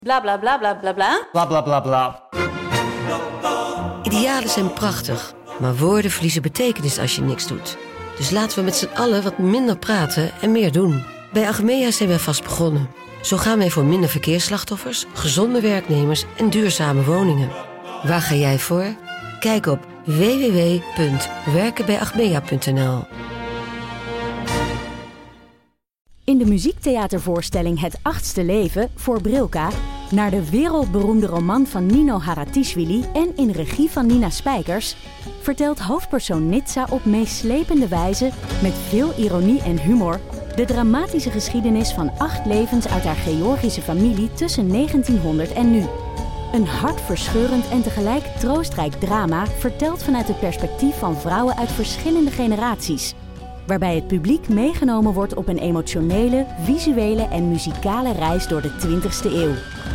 Bla bla bla bla bla bla. Bla bla bla bla. Idealen zijn prachtig, maar woorden verliezen betekenis als je niks doet. Dus laten we met z'n allen wat minder praten en meer doen. Bij Achmea zijn wij vast begonnen. Zo gaan wij voor minder verkeersslachtoffers, gezonde werknemers en duurzame woningen. Waar ga jij voor? Kijk op www.werkenbijachmea.nl. In de muziektheatervoorstelling Het Achtste Leven voor Brilka naar de wereldberoemde roman van Nino Haratischvili en in regie van Nina Spijkers vertelt hoofdpersoon Nitsa op meeslepende wijze met veel ironie en humor de dramatische geschiedenis van 8 levens uit haar Georgische familie tussen 1900 en nu. Een hartverscheurend en tegelijk troostrijk drama verteld vanuit het perspectief van vrouwen uit verschillende generaties, waarbij het publiek meegenomen wordt op een emotionele, visuele en muzikale reis door de 20e eeuw.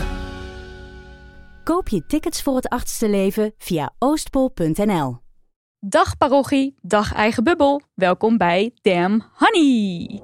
Koop je tickets voor Het Achtste Leven via oostpol.nl. Dag parochie, dag eigen bubbel. Welkom bij Damn Honey.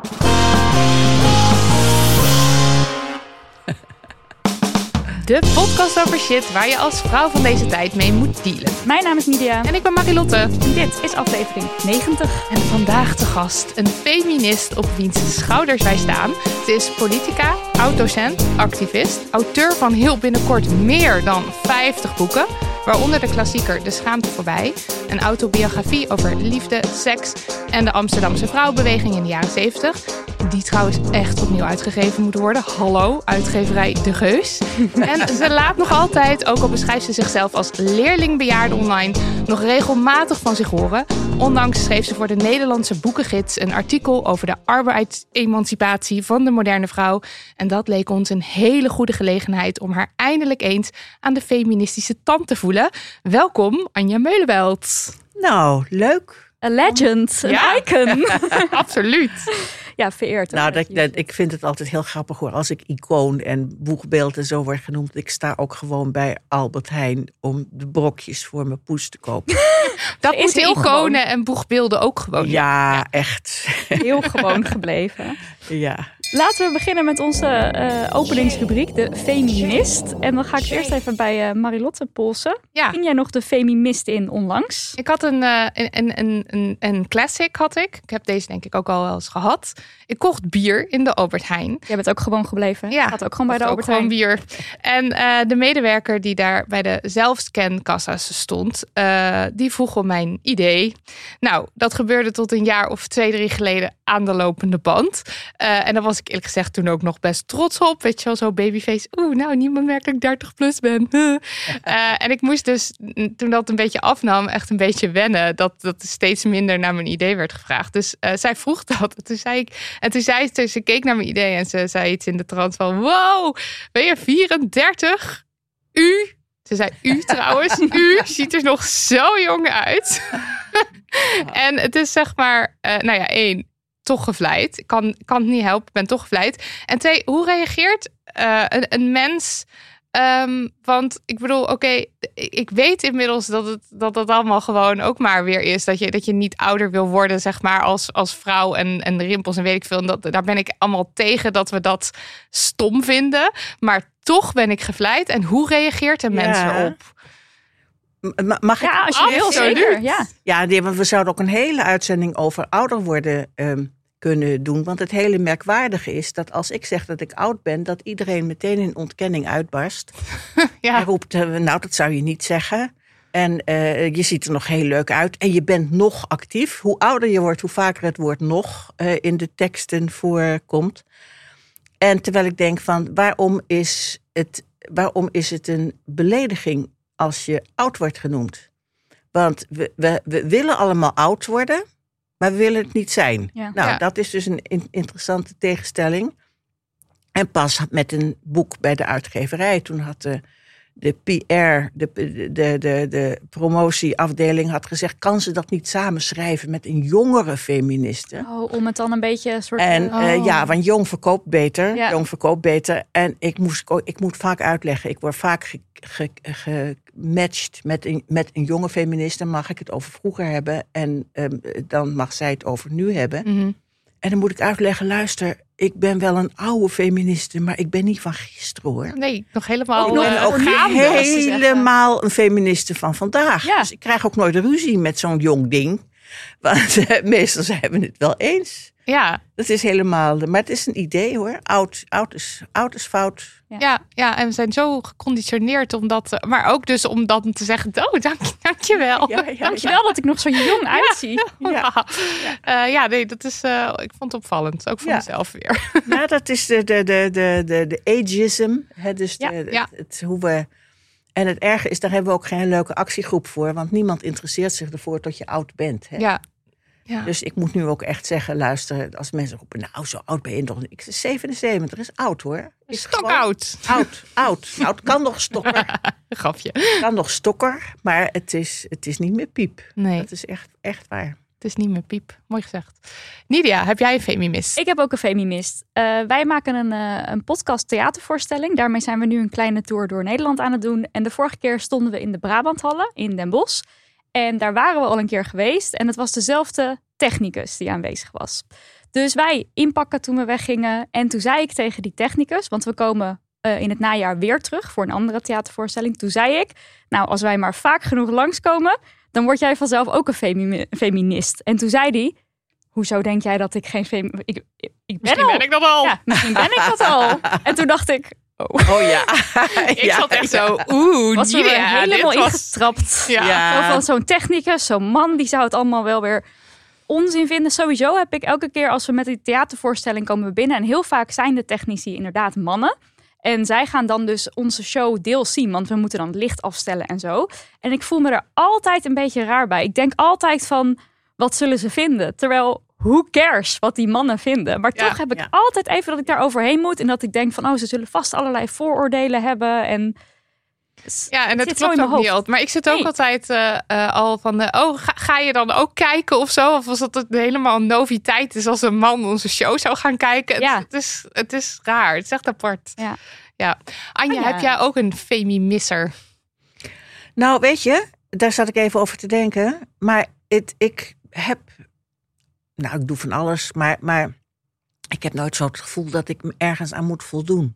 De podcast over shit waar je als vrouw van deze tijd mee moet dealen. Mijn naam is Nidia. En ik ben Marilotte. En dit is aflevering 90. En vandaag te gast een feminist op wiens schouders wij staan. Ze is politica, oud-docent, activist, auteur van heel binnenkort meer dan 50 boeken. Waaronder de klassieker De Schaamte Voorbij. Een autobiografie over liefde, seks en de Amsterdamse vrouwenbeweging in de jaren 70. Die trouwens echt opnieuw uitgegeven moet worden. Hallo, uitgeverij De Geus. En ze laat nog altijd, ook al beschrijft ze zichzelf als leerlingbejaarde online, nog regelmatig van zich horen. Onlangs schreef ze voor de Nederlandse Boekengids een artikel over de arbeidsemancipatie van de moderne vrouw. En dat leek ons een hele goede gelegenheid om haar eindelijk eens aan de feministische tand te voelen. Welkom, Anja Meulenbelt. Nou, leuk. A legend, een icon. Absoluut. Ja, vereerd. Nou, ik vind het altijd heel grappig hoor. Als ik icoon en boegbeeld en zo word genoemd. Ik sta ook gewoon bij Albert Heijn om de brokjes voor mijn poes te kopen. Dat is heel iconen en boegbeelden ook gewoon. Ja, echt. Heel gewoon gebleven. Ja. Laten we beginnen met onze openingsrubriek, de feminist. En dan ga ik eerst even bij Marilotte polsen. Ja. Ging jij nog de feminist in onlangs? Ik had een classic had ik. Ik heb deze denk ik ook al wel eens gehad. Ik kocht bier in de Albert Heijn. Jij bent ook gewoon gebleven. Ja. Gaat ook gewoon bij de Albert Heijn. Bier. En de medewerker die daar bij de zelfscankassa's stond, die vroeg om mijn idee. Nou, dat gebeurde tot een jaar of 2-3 geleden aan de lopende band. En daar was ik eerlijk gezegd toen ook nog best trots op. Weet je wel, zo babyface. Nou, niemand merkt dat ik 30 plus ben. En ik moest dus, toen dat een beetje afnam, echt een beetje wennen. Dat steeds minder naar mijn idee werd gevraagd. Dus zij vroeg dat. En toen zei ze, ze keek naar mijn idee en ze zei iets in de trant van, wow, ben je 34? U? Ze zei u trouwens. U ziet er nog zo jong uit. En het is zeg maar, 1, toch gevleid. Ik kan het niet helpen, ik ben toch gevleid. En 2, hoe reageert een mens? Want ik bedoel, oké, ik weet inmiddels dat allemaal gewoon ook maar weer is. Dat je niet ouder wil worden, zeg maar, als vrouw en rimpels en weet ik veel. En daar ben ik allemaal tegen dat we dat stom vinden. Maar toch ben ik gevleid. En hoe reageert een mens erop? Mag ik? Ja, als je wil, zeker. Ja, nee, want we zouden ook een hele uitzending over ouder worden kunnen doen. Want het hele merkwaardige is dat als ik zeg dat ik oud ben, dat iedereen meteen in ontkenning uitbarst. Ja. Hij roept, nou, dat zou je niet zeggen. En je ziet er nog heel leuk uit. En je bent nog actief. Hoe ouder je wordt, hoe vaker het woord nog in de teksten voorkomt. En terwijl ik denk van, waarom is het een belediging als je oud wordt genoemd? Want we willen allemaal oud worden, maar we willen het niet zijn. Ja. Dat is dus een interessante tegenstelling. En pas met een boek bij de uitgeverij. Toen had de PR, de promotieafdeling had gezegd, kan ze dat niet samenschrijven met een jongere feministe? Oh, om het dan een beetje een soort... Want jong verkoopt beter. Ja. Jong verkoopt beter. En ik moet vaak uitleggen. Ik word vaak gematcht met een jonge feministe. Dan mag ik het over vroeger hebben. En dan mag zij het over nu hebben. Mm-hmm. En dan moet ik uitleggen, luister, ik ben wel een oude feministe, maar ik ben niet van gisteren, hoor. Nee, nog helemaal Ik ben ook gaande, als ze helemaal een feministe van vandaag. Ja. Dus ik krijg ook nooit ruzie met zo'n jong ding. Want meestal zijn we het wel eens. Ja. Dat is helemaal... Maar het is een idee, hoor. Oud is fout. Ja, en we zijn zo geconditioneerd om dat... Maar ook dus om dan te zeggen, dankjewel. Dankjewel dat ik nog zo jong uitzie. Nee, dat is... ik vond het opvallend. Ook voor mezelf weer. Nou, dat is de ageism. Hè, dus hoe we... En het erge is, daar hebben we ook geen leuke actiegroep voor. Want niemand interesseert zich ervoor tot je oud bent. Hè? Ja. Dus ik moet nu ook echt zeggen, luister, als mensen roepen, nou, zo oud ben je nog. Ik zeg 77, is oud, hoor. Is Stokoud. Oud. Nou, het kan nog stokker. Grapje. Het kan nog stokker, maar het is niet meer piep. Nee. Dat is echt waar. Het is niet meer piep. Mooi gezegd. Nidia, heb jij een feminist? Ik heb ook een feminist. Wij maken een podcast theatervoorstelling. Daarmee zijn we nu een kleine tour door Nederland aan het doen. En de vorige keer stonden we in de Brabanthallen in Den Bosch. En daar waren we al een keer geweest. En het was dezelfde technicus die aanwezig was. Dus wij inpakken toen we weggingen. En toen zei ik tegen die technicus, want we komen in het najaar weer terug voor een andere theatervoorstelling. Toen zei ik, nou, als wij maar vaak genoeg langskomen, dan word jij vanzelf ook een feminist. En toen zei hij, hoezo denk jij dat ik geen feminist... Misschien ben ik dat al. Ja, misschien ben ik dat al. En toen dacht ik, Oh ja. Ik zat echt zo, was er weer helemaal ingetrapt. Ja. Van zo'n technicus, zo'n man, die zou het allemaal wel weer onzin vinden. Sowieso heb ik elke keer als we met die theatervoorstelling komen we binnen. En heel vaak zijn de technici inderdaad mannen. En zij gaan dan dus onze show deels zien. Want we moeten dan het licht afstellen en zo. En ik voel me er altijd een beetje raar bij. Ik denk altijd van, wat zullen ze vinden? Terwijl, who cares wat die mannen vinden? Maar toch heb ik altijd even dat ik daar overheen moet. En dat ik denk van, ze zullen vast allerlei vooroordelen hebben. En ja, en het klopt ook niet altijd. Maar ik zit ook altijd al van, ga je dan ook kijken of zo? Of was dat helemaal een noviteit is als een man onze show zou gaan kijken? Ja. Het is raar. Het is echt apart. Ja. Anja, heb jij ook een femimisser? Nou, weet je, daar zat ik even over te denken. Maar ik heb... Nou, ik doe van alles, maar ik heb nooit zo het gevoel dat ik me ergens aan moet voldoen.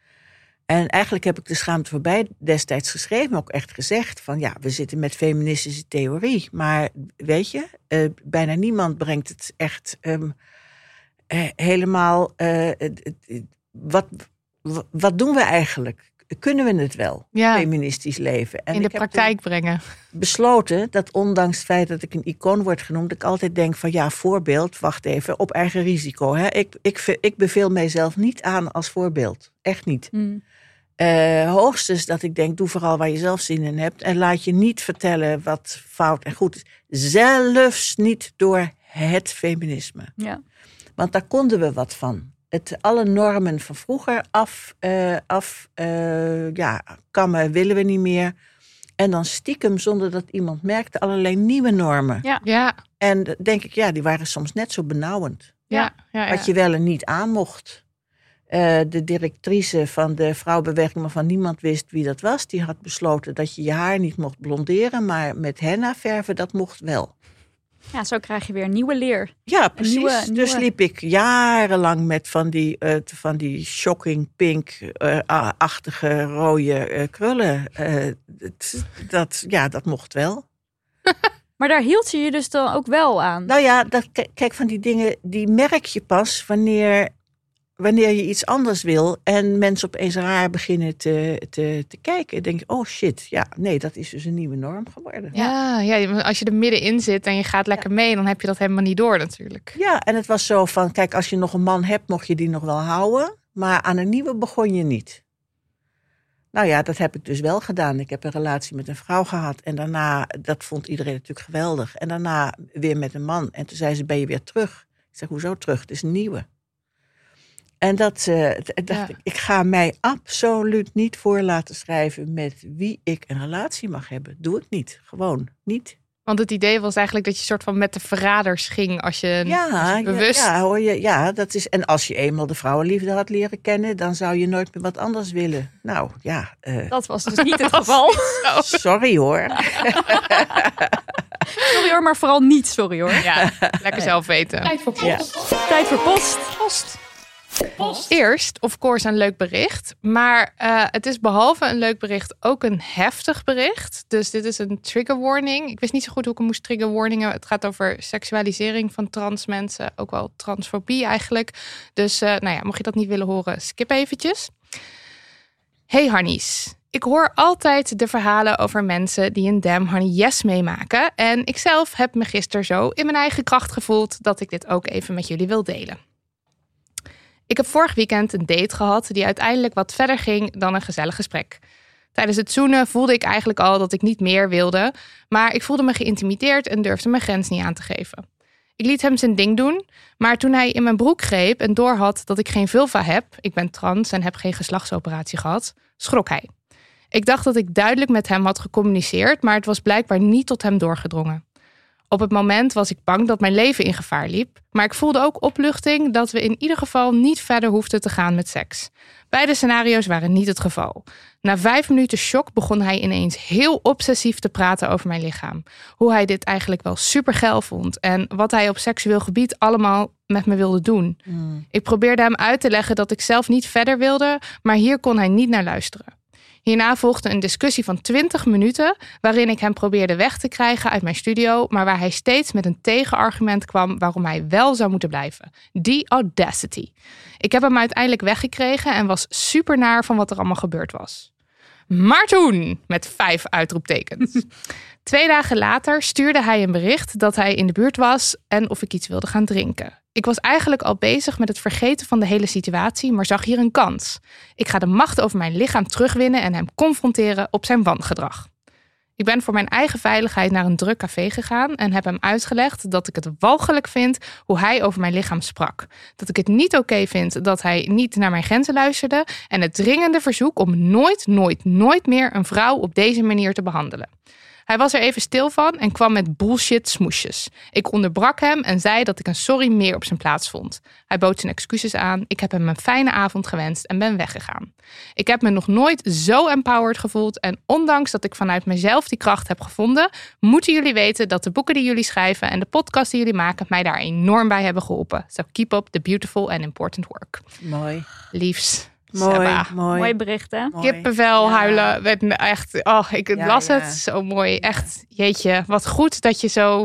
En eigenlijk heb ik de Schaamte voorbij destijds geschreven, ook echt gezegd van ja, we zitten met feministische theorie. Maar weet je, bijna niemand brengt het echt helemaal... Wat doen we eigenlijk? Kunnen we het wel, feministisch leven? En in de praktijk brengen. Besloten dat ondanks het feit dat ik een icoon word genoemd, ik altijd denk van ja, voorbeeld, wacht even, op eigen risico. Hè? Ik beveel mijzelf niet aan als voorbeeld. Echt niet. Hoogstens dat ik denk, doe vooral waar je zelf zin in hebt. En laat je niet vertellen wat fout en goed is. Zelfs niet door het feminisme. Ja. Want daar konden we wat van. Alle normen van vroeger kammen willen we niet meer. En dan stiekem, zonder dat iemand merkte, allerlei nieuwe normen. Ja. En denk ik, die waren soms net zo benauwend. Ja. Wat je wel en niet aan mocht. De directrice van de vrouwenbeweging, waarvan niemand wist wie dat was, die had besloten dat je je haar niet mocht blonderen, maar met henna verven, dat mocht wel. Ja, zo krijg je weer een nieuwe leer. Ja, precies. Dus liep ik jarenlang met van die shocking pink-achtige rode krullen. Dat mocht wel. Maar daar hield je dus dan ook wel aan? Nou ja, kijk, van die dingen, die merk je pas wanneer je iets anders wil en mensen opeens raar beginnen te kijken. Denk je, oh shit, dat is dus een nieuwe norm geworden. Ja, als je er middenin zit en je gaat lekker mee, dan heb je dat helemaal niet door natuurlijk. Ja, en het was zo van, kijk, als je nog een man hebt, mocht je die nog wel houden. Maar aan een nieuwe begon je niet. Nou ja, dat heb ik dus wel gedaan. Ik heb een relatie met een vrouw gehad. En daarna, dat vond iedereen natuurlijk geweldig. En daarna weer met een man. En toen zei ze, ben je weer terug? Ik zeg, hoezo terug? Het is een nieuwe. En dacht ik ga mij absoluut niet voor laten schrijven met wie ik een relatie mag hebben. Doe ik niet. Gewoon niet. Want het idee was eigenlijk dat je soort van met de verraders ging als je bewust... Ja, hoor je. Ja, dat is. En als je eenmaal de vrouwenliefde had leren kennen, dan zou je nooit meer wat anders willen. Nou, ja. Dat was dus niet het geval. Sorry hoor. Sorry hoor, maar vooral niet sorry hoor. Ja, lekker zelf weten. Tijd voor post. Tijd voor post. Post. Eerst, of course, een leuk bericht. Maar het is behalve een leuk bericht ook een heftig bericht. Dus dit is een trigger warning. Ik wist niet zo goed hoe ik hem moest trigger warningen. Het gaat over seksualisering van trans mensen. Ook wel transfobie eigenlijk. Dus mocht je dat niet willen horen, skip eventjes. Hey Hannies. Ik hoor altijd de verhalen over mensen die een Damn Honey Yes meemaken. En ik zelf heb me gisteren zo in mijn eigen kracht gevoeld dat ik dit ook even met jullie wil delen. Ik heb vorig weekend een date gehad die uiteindelijk wat verder ging dan een gezellig gesprek. Tijdens het zoenen voelde ik eigenlijk al dat ik niet meer wilde, maar ik voelde me geïntimideerd en durfde mijn grens niet aan te geven. Ik liet hem zijn ding doen, maar toen hij in mijn broek greep en doorhad dat ik geen vulva heb, ik ben trans en heb geen geslachtsoperatie gehad, schrok hij. Ik dacht dat ik duidelijk met hem had gecommuniceerd, maar het was blijkbaar niet tot hem doorgedrongen. Op het moment was ik bang dat mijn leven in gevaar liep, maar ik voelde ook opluchting dat we in ieder geval niet verder hoefden te gaan met seks. Beide scenario's waren niet het geval. Na 5 minuten shock begon hij ineens heel obsessief te praten over mijn lichaam. Hoe hij dit eigenlijk wel supergeil vond en wat hij op seksueel gebied allemaal met me wilde doen. Ik probeerde hem uit te leggen dat ik zelf niet verder wilde, maar hier kon hij niet naar luisteren. Hierna volgde een discussie van 20 minuten... waarin ik hem probeerde weg te krijgen uit mijn studio... maar waar hij steeds met een tegenargument kwam... waarom hij wel zou moeten blijven. Die audacity. Ik heb hem uiteindelijk weggekregen... en was super naar van wat er allemaal gebeurd was. Maar toen, met 5 uitroeptekens. 2 dagen later stuurde hij een bericht dat hij in de buurt was... en of ik iets wilde gaan drinken. Ik was eigenlijk al bezig met het vergeten van de hele situatie, maar zag hier een kans. Ik ga de macht over mijn lichaam terugwinnen en hem confronteren op zijn wangedrag. Ik ben voor mijn eigen veiligheid naar een druk café gegaan en heb hem uitgelegd dat ik het walgelijk vind hoe hij over mijn lichaam sprak. Dat ik het niet oké vind dat hij niet naar mijn grenzen luisterde en het dringende verzoek om nooit meer een vrouw op deze manier te behandelen. Hij was er even stil van en kwam met bullshit smoesjes. Ik onderbrak hem en zei dat ik een sorry meer op zijn plaats vond. Hij bood zijn excuses aan, ik heb hem een fijne avond gewenst en ben weggegaan. Ik heb me nog nooit zo empowered gevoeld en ondanks dat ik vanuit mezelf die kracht heb gevonden, moeten jullie weten dat de boeken die jullie schrijven en de podcast die jullie maken mij daar enorm bij hebben geholpen. So keep up the beautiful and important work. Mooi. Liefs. Mooi bericht, hè? Kippenvel, huilen. Werd echt, ik las het zo mooi. Echt, jeetje, wat goed dat je zo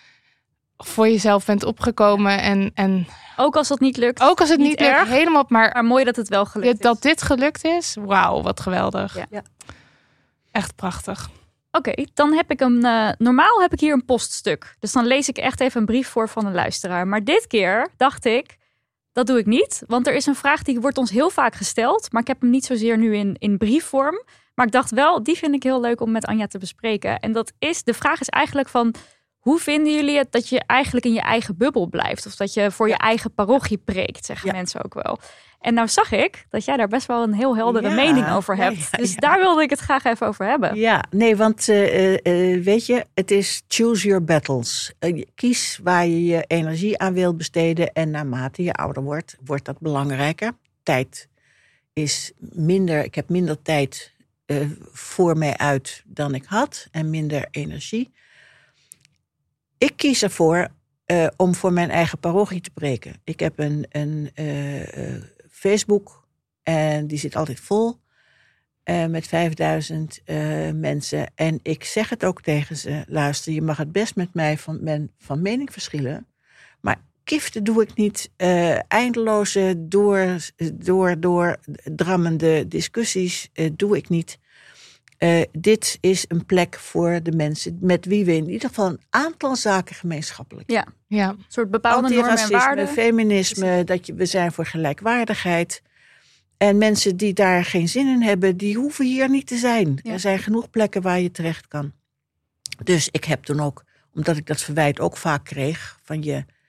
voor jezelf bent opgekomen. En ook als het niet lukt. Ook als het niet lukt, erg, helemaal. Maar mooi dat het wel gelukt is. Dat dit gelukt is, wauw, wat geweldig. Ja. Echt prachtig. Oké, dan heb ik een... normaal heb ik hier een poststuk. Dus dan lees ik echt even een brief voor van een luisteraar. Maar dit keer dacht ik... Dat doe ik niet, want er is een vraag die wordt ons heel vaak gesteld. Maar ik heb hem niet zozeer nu in briefvorm. Maar ik dacht wel, die vind ik heel leuk om met Anja te bespreken. En de vraag is eigenlijk van... Hoe vinden jullie het dat je eigenlijk in je eigen bubbel blijft? Of dat je voor je eigen parochie preekt, zeggen mensen ook wel. En nou zag ik dat jij daar best wel een heel heldere mening over hebt. Dus daar wilde ik het graag even over hebben. Ja, nee, want weet je, het is choose your battles. Kies waar je je energie aan wilt besteden. En naarmate je ouder wordt, wordt dat belangrijker. Tijd is minder, ik heb minder tijd voor mij uit dan ik had. En minder energie. Ik kies ervoor om voor mijn eigen parochie te preken. Ik heb een Facebook en die zit altijd vol met 5000 mensen. En ik zeg het ook tegen ze, luister, je mag het best met mij van mening verschillen. Maar kiften doe ik niet. Eindeloze doordrammende discussies doe ik niet. Dit is een plek voor de mensen met wie we in ieder geval een aantal zaken gemeenschappelijk zijn. Ja. Een soort bepaalde normen en waarden. Feminisme, we zijn voor gelijkwaardigheid. En mensen die daar geen zin in hebben, die hoeven hier niet te zijn. Ja. Er zijn genoeg plekken waar je terecht kan. Dus ik heb toen ook, omdat ik dat verwijt ook vaak kreeg, van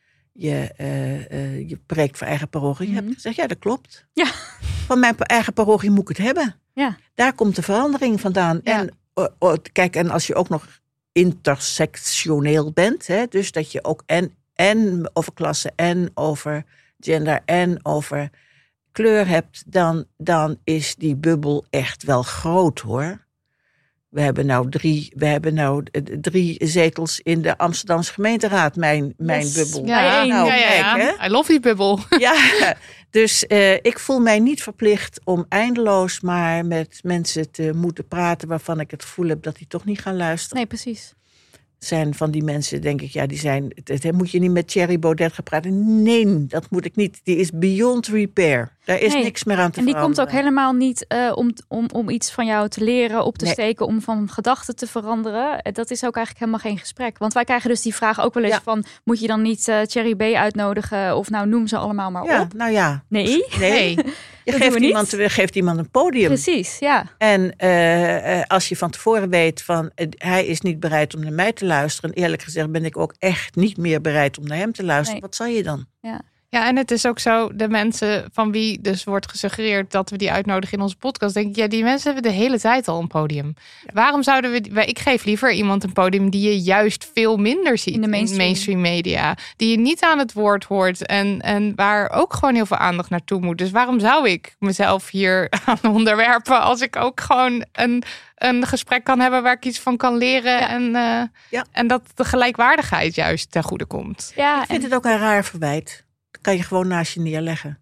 je preekt voor eigen parochie. Heb ik gezegd, ja, dat klopt. Ja. Van mijn eigen parochie moet ik het hebben. Ja. Daar komt de verandering vandaan. Ja. En en als je ook nog intersectioneel bent, hè, dus dat je ook en over klasse en over gender en over kleur hebt, dan is die bubbel echt wel groot, hoor. We hebben nou 3 zetels in de Amsterdamse gemeenteraad, mijn bubbel. Ja. Kijk, hè? I love die bubbel. Ja, dus ik voel mij niet verplicht om eindeloos maar met mensen te moeten praten waarvan ik het gevoel heb dat die toch niet gaan luisteren. Nee, precies. Zijn van die mensen, denk ik, moet je niet met Thierry Baudet gaan praten. Nee, dat moet ik niet. Die is beyond repair. Daar is niks meer aan te veranderen. En die komt ook helemaal niet om iets van jou te leren, op te steken, om van gedachten te veranderen. Dat is ook eigenlijk helemaal geen gesprek. Want wij krijgen dus die vraag ook wel eens van, moet je dan niet Thierry B. uitnodigen? Of nou, noem ze allemaal maar op. Nou ja. Nee. Je geeft iemand een podium. Precies, ja. En als je van tevoren weet van, hij is niet bereid om naar mij te luisteren. En eerlijk gezegd ben ik ook echt niet meer bereid om naar hem te luisteren. Nee. Wat zal je dan? Ja, en het is ook zo, de mensen van wie dus wordt gesuggereerd dat we die uitnodigen in onze podcast, denk ik, ja, die mensen hebben de hele tijd al een podium. Ja. Waarom zouden ik geef liever iemand een podium die je juist veel minder ziet in de mainstream media, die je niet aan het woord hoort en waar ook gewoon heel veel aandacht naartoe moet. Dus waarom zou ik mezelf hier aan onderwerpen als ik ook gewoon een gesprek kan hebben waar ik iets van kan leren en dat de gelijkwaardigheid juist ten goede komt. Ja, ik vind het ook een raar verwijt. Kan je gewoon naast je neerleggen.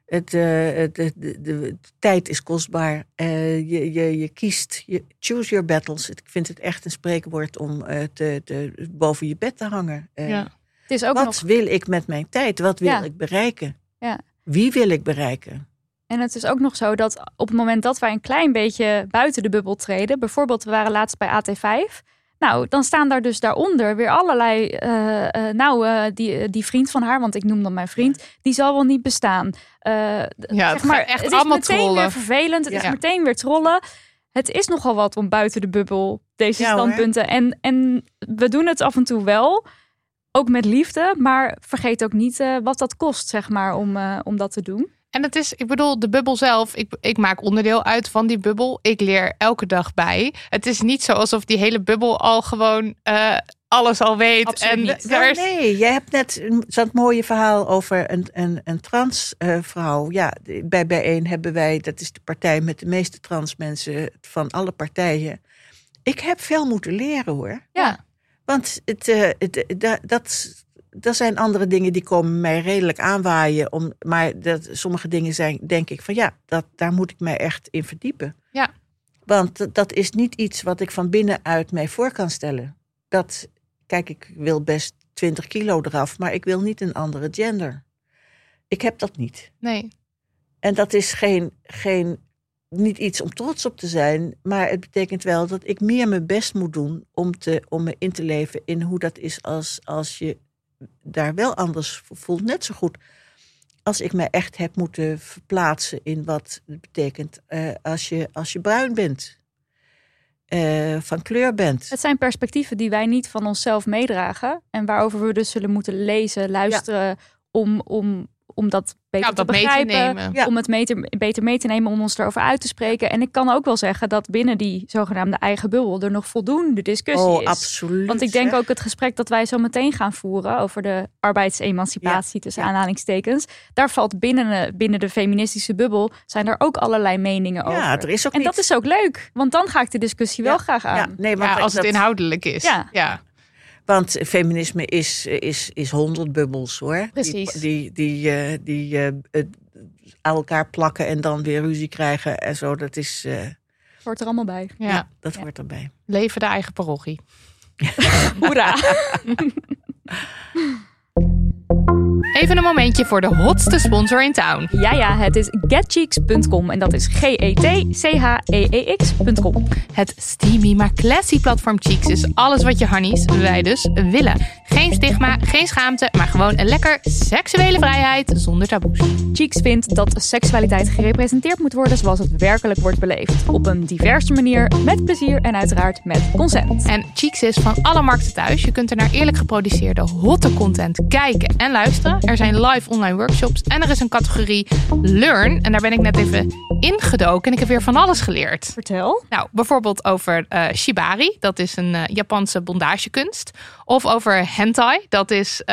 De tijd is kostbaar. Je kiest, choose your battles. Ik vind het echt een spreekwoord om boven je bed te hangen. Het is ook wat wil ik met mijn tijd? Wat wil ik bereiken? Ja. Wie wil ik bereiken? En het is ook nog zo dat op het moment dat wij een klein beetje buiten de bubbel treden, bijvoorbeeld we waren laatst bij AT5... Nou, dan staan daar dus daaronder weer allerlei... die vriend van haar, want ik noem dan mijn vriend, die zal wel niet bestaan. Zeg maar, echt het allemaal is meteen trollen. weer vervelend. Het is meteen weer trollen. Het is nogal wat om buiten de bubbel deze standpunten. En we doen het af en toe wel, ook met liefde. Maar vergeet ook niet wat dat kost, zeg maar, om dat te doen. En het is, ik bedoel, de bubbel zelf. Ik maak onderdeel uit van die bubbel. Ik leer elke dag bij. Het is niet zo alsof die hele bubbel al gewoon alles al weet. Absoluut niet. Nee, jij hebt net zo'n mooie verhaal over een transvrouw. Bij Bijeen hebben wij, dat is de partij met de meeste trans mensen van alle partijen. Ik heb veel moeten leren, hoor. Ja. Want dat zijn andere dingen die komen mij redelijk aanwaaien. Maar sommige dingen zijn, denk ik, van daar moet ik mij echt in verdiepen. Ja. Want dat is niet iets wat ik van binnenuit mij voor kan stellen. Kijk, ik wil best 20 kilo eraf, maar ik wil niet een andere gender. Ik heb dat niet. Nee. En dat is niet iets om trots op te zijn, maar het betekent wel dat ik meer mijn best moet doen om me in te leven in hoe dat is als je daar wel anders voelt. Net zo goed als ik me echt heb moeten verplaatsen in wat het betekent als je bruin bent. Van kleur bent. Het zijn perspectieven die wij niet van onszelf meedragen. En waarover we dus zullen moeten lezen, luisteren om dat beter te begrijpen. Mee te nemen. Om het beter mee te nemen, om ons erover uit te spreken. En ik kan ook wel zeggen dat binnen die zogenaamde eigen bubbel er nog voldoende discussie is. Absoluut. Want ik denk ook het gesprek dat wij zo meteen gaan voeren over de arbeidsemancipatie tussen aanhalingstekens. Daar valt binnen de feministische bubbel zijn er ook allerlei meningen over. Ja, er is ook dat is ook leuk. Want dan ga ik de discussie wel graag aan. Als het inhoudelijk is. Ja. Want feminisme is 100 bubbels, hoor. Precies. Die aan elkaar plakken en dan weer ruzie krijgen en zo. Dat is... Hoort er allemaal bij. Ja, dat hoort erbij. Leven de eigen parochie. Hoera! Even een momentje voor de hotste sponsor in town. Ja, het is getcheeks.com en dat is GETCHEEX.com. Het steamy maar classy platform Cheeks is alles wat je honeys, wij dus, willen. Geen stigma, geen schaamte, maar gewoon een lekker seksuele vrijheid zonder taboes. Cheeks vindt dat seksualiteit gerepresenteerd moet worden zoals het werkelijk wordt beleefd. Op een diverse manier, met plezier en uiteraard met consent. En Cheeks is van alle markten thuis. Je kunt er naar eerlijk geproduceerde hotte content kijken en luisteren. Er zijn live online workshops en er is een categorie Learn. En daar ben ik net even ingedoken en ik heb weer van alles geleerd. Vertel. Nou, bijvoorbeeld over shibari. Dat is een Japanse bondagekunst. Of over hentai. Dat is,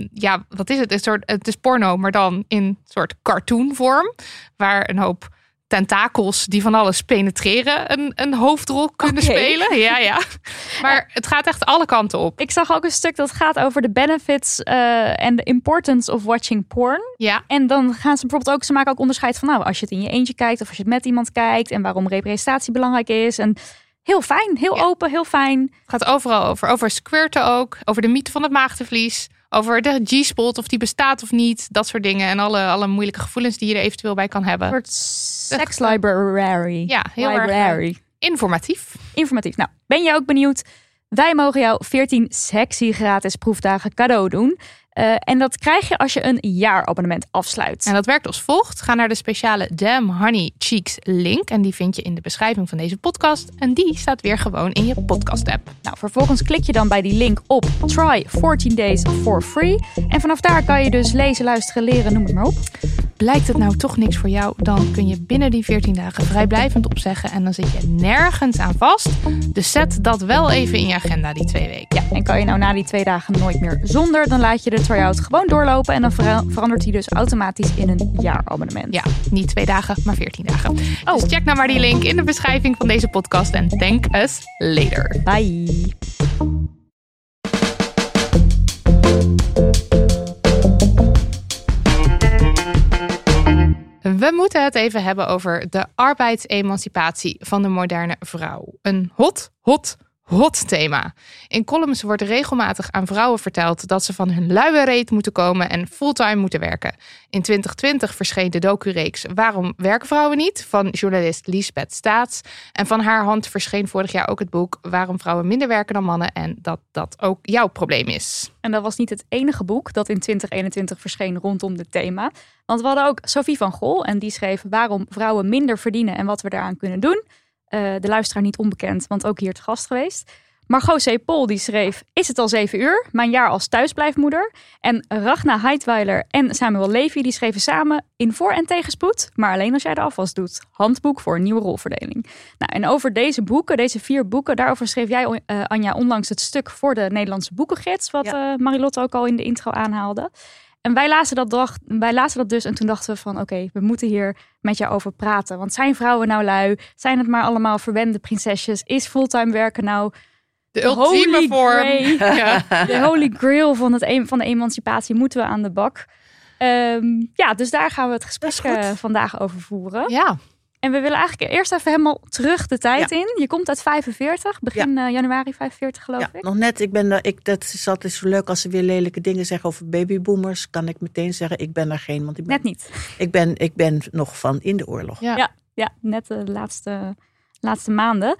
wat is het? Het is porno, maar dan in een soort cartoonvorm. Waar een hoop tentakels die van alles penetreren een hoofdrol kunnen spelen. Ja. Maar het gaat echt alle kanten op. Ik zag ook een stuk dat gaat over de benefits en the importance of watching porn. Ja. En dan gaan ze bijvoorbeeld ook, ze maken ook onderscheid van als je het in je eentje kijkt of als je het met iemand kijkt en waarom representatie belangrijk is. En heel fijn, heel open, heel fijn. Het gaat overal over. Over squirten ook, over de mythe van het maagdenvlies, over de G-spot, of die bestaat of niet, dat soort dingen. En alle moeilijke gevoelens die je er eventueel bij kan hebben. Een soort sex library. Ja, heel erg informatief. Nou, ben je ook benieuwd? Wij mogen jou 14 sexy gratis proefdagen cadeau doen. En dat krijg je als je een jaarabonnement afsluit. En dat werkt als volgt. Ga naar de speciale Damn Honey Cheeks link. En die vind je in de beschrijving van deze podcast. En die staat weer gewoon in je podcast app. Nou, vervolgens klik je dan bij die link op Try 14 Days for Free. En vanaf daar kan je dus lezen, luisteren, leren, noem het maar op. Blijkt het nou toch niks voor jou, dan kun je binnen die 14 dagen vrijblijvend opzeggen. En dan zit je nergens aan vast. Dus zet dat wel even in je agenda die 2 weken. Ja, en kan je nou na die 2 dagen nooit meer zonder, dan laat je de try-out gewoon doorlopen. En dan verandert hij dus automatisch in een jaarabonnement. Ja, niet 2 dagen, maar 14 dagen. Dus check nou maar die link in de beschrijving van deze podcast. En thank us later. Bye. We moeten het even hebben over de arbeidsemancipatie van de moderne vrouw. Een hot thema. In columns wordt regelmatig aan vrouwen verteld dat ze van hun luie reet moeten komen en fulltime moeten werken. In 2020 verscheen de docureeks Waarom werken vrouwen niet? Van journalist Liesbeth Staats. En van haar hand verscheen vorig jaar ook het boek Waarom vrouwen minder werken dan mannen en dat ook jouw probleem is. En dat was niet het enige boek dat in 2021 verscheen rondom dit thema. Want we hadden ook Sophie van Gol en die schreef Waarom vrouwen minder verdienen en wat we daaraan kunnen doen. De luisteraar niet onbekend, want ook hier te gast geweest. Margot C. Pol die schreef Is het al 7 uur? Mijn jaar als thuisblijfmoeder. En Ragna Heidweiler en Samuel Levy die schreven samen In voor- en tegenspoed, maar alleen als jij de afwas doet. Handboek voor een nieuwe rolverdeling. Nou, en over deze boeken, deze 4 boeken, daarover schreef jij, Anja, onlangs het stuk voor de Nederlandse boekengids, wat Marilotte ook al in de intro aanhaalde. En wij lazen dat dus en toen dachten we van oké, we moeten hier met jou over praten. Want zijn vrouwen nou lui? Zijn het maar allemaal verwende prinsesjes? Is fulltime werken nou de ultieme vorm? De holy grail van de emancipatie? Moeten we aan de bak? Dus daar gaan we het gesprek vandaag over voeren. Ja. En we willen eigenlijk eerst even helemaal terug de tijd in. Je komt uit 45, begin januari 45 geloof ik. Nog net. Dat is altijd zo leuk als ze weer lelijke dingen zeggen over babyboomers. Kan ik meteen zeggen, ik ben er geen. Want net niet. Ik ben nog van in de oorlog. Ja, net de laatste maanden.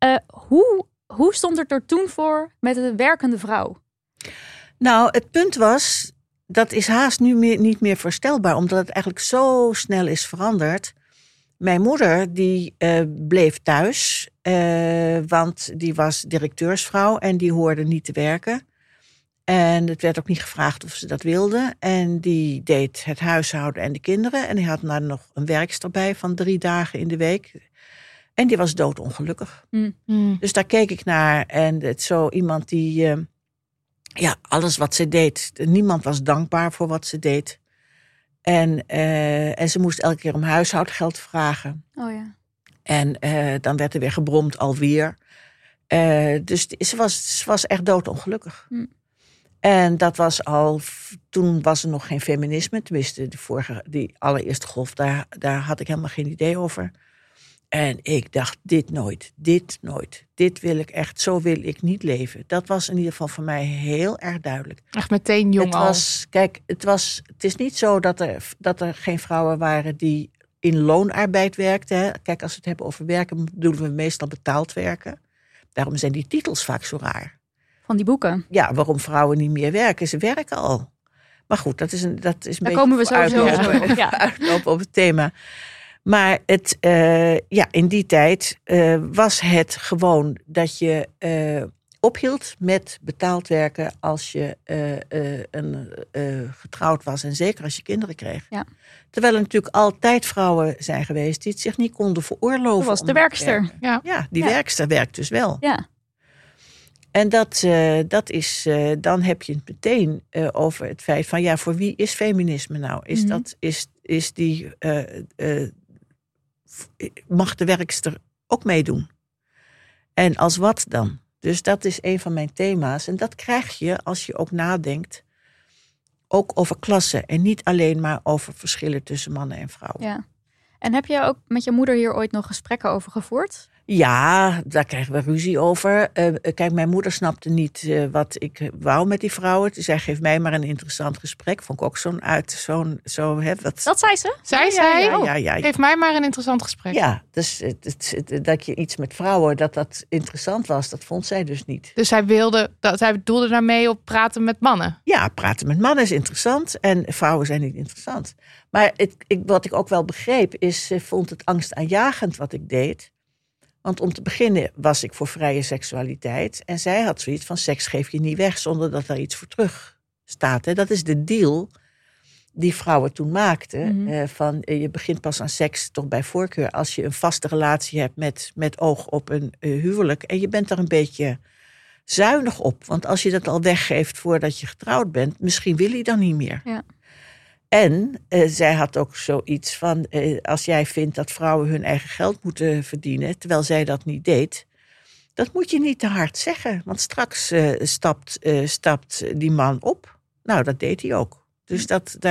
Hoe stond het er toen voor met de werkende vrouw? Nou, het punt was, dat is haast nu niet meer voorstelbaar. Omdat het eigenlijk zo snel is veranderd. Mijn moeder die bleef thuis, want die was directeursvrouw en die hoorde niet te werken. En het werd ook niet gevraagd of ze dat wilde. En die deed het huishouden en de kinderen. En die had nou nog een werkster bij van 3 dagen in de week. En die was doodongelukkig. Dus daar keek ik naar en het zo iemand die, alles wat ze deed. Niemand was dankbaar voor wat ze deed. En ze moest elke keer om huishoudgeld vragen. Oh ja. En dan werd er weer gebromd alweer. Dus ze was echt doodongelukkig. En dat was toen was er nog geen feminisme. Tenminste, die allereerste golf, daar had ik helemaal geen idee over. En ik dacht, dit nooit. Dit wil ik echt, zo wil ik niet leven. Dat was in ieder geval voor mij heel erg duidelijk. Echt meteen jong al. Het is niet zo dat er geen vrouwen waren die in loonarbeid werkten. Hè. Kijk, als we het hebben over werken, bedoelen we meestal betaald werken. Daarom zijn die titels vaak zo raar. Van die boeken? Ja, waarom vrouwen niet meer werken. Ze werken al. Maar goed, dat is een daar beetje komen we sowieso uitlopen op het thema. Maar in die tijd was het gewoon dat je ophield met betaald werken als je getrouwd was. En zeker als je kinderen kreeg. Ja. Terwijl er natuurlijk altijd vrouwen zijn geweest die het zich niet konden veroorloven. Dat was de werkster. Ja, die werkster werkt dus wel. Ja. En dat is, dan heb je het meteen over het feit van voor wie is feminisme nou? Is die mag de werkster ook meedoen. En als wat dan? Dus dat is een van mijn thema's. En dat krijg je als je ook nadenkt, ook over klassen. En niet alleen maar over verschillen tussen mannen en vrouwen. Ja. En heb je ook met je moeder hier ooit nog gesprekken over gevoerd? Ja, daar krijgen we ruzie over. Kijk, mijn moeder snapte niet wat ik wou met die vrouwen. Ze zei, geef mij maar een interessant gesprek. Vond ik ook Dat zei ze? Zij? Ja. Geef mij maar een interessant gesprek. Ja, dus dat je iets met vrouwen, dat interessant was, dat vond zij dus niet. Dus zij bedoelde daarmee op praten met mannen? Ja, praten met mannen is interessant en vrouwen zijn niet interessant. Maar wat ik ook wel begreep is, ze vond het angstaanjagend wat ik deed. Want om te beginnen was ik voor vrije seksualiteit. En zij had zoiets van, seks geef je niet weg zonder dat daar iets voor terug staat. Hè. Dat is de deal die vrouwen toen maakten. Mm-hmm. Je begint pas aan seks toch bij voorkeur als je een vaste relatie hebt met oog op een huwelijk. En je bent er een beetje zuinig op. Want als je dat al weggeeft voordat je getrouwd bent, misschien wil je dan niet meer. Ja. En zij had ook zoiets van, als jij vindt dat vrouwen hun eigen geld moeten verdienen, terwijl zij dat niet deed, dat moet je niet te hard zeggen. Want straks stapt die man op. Nou, dat deed hij ook. Dus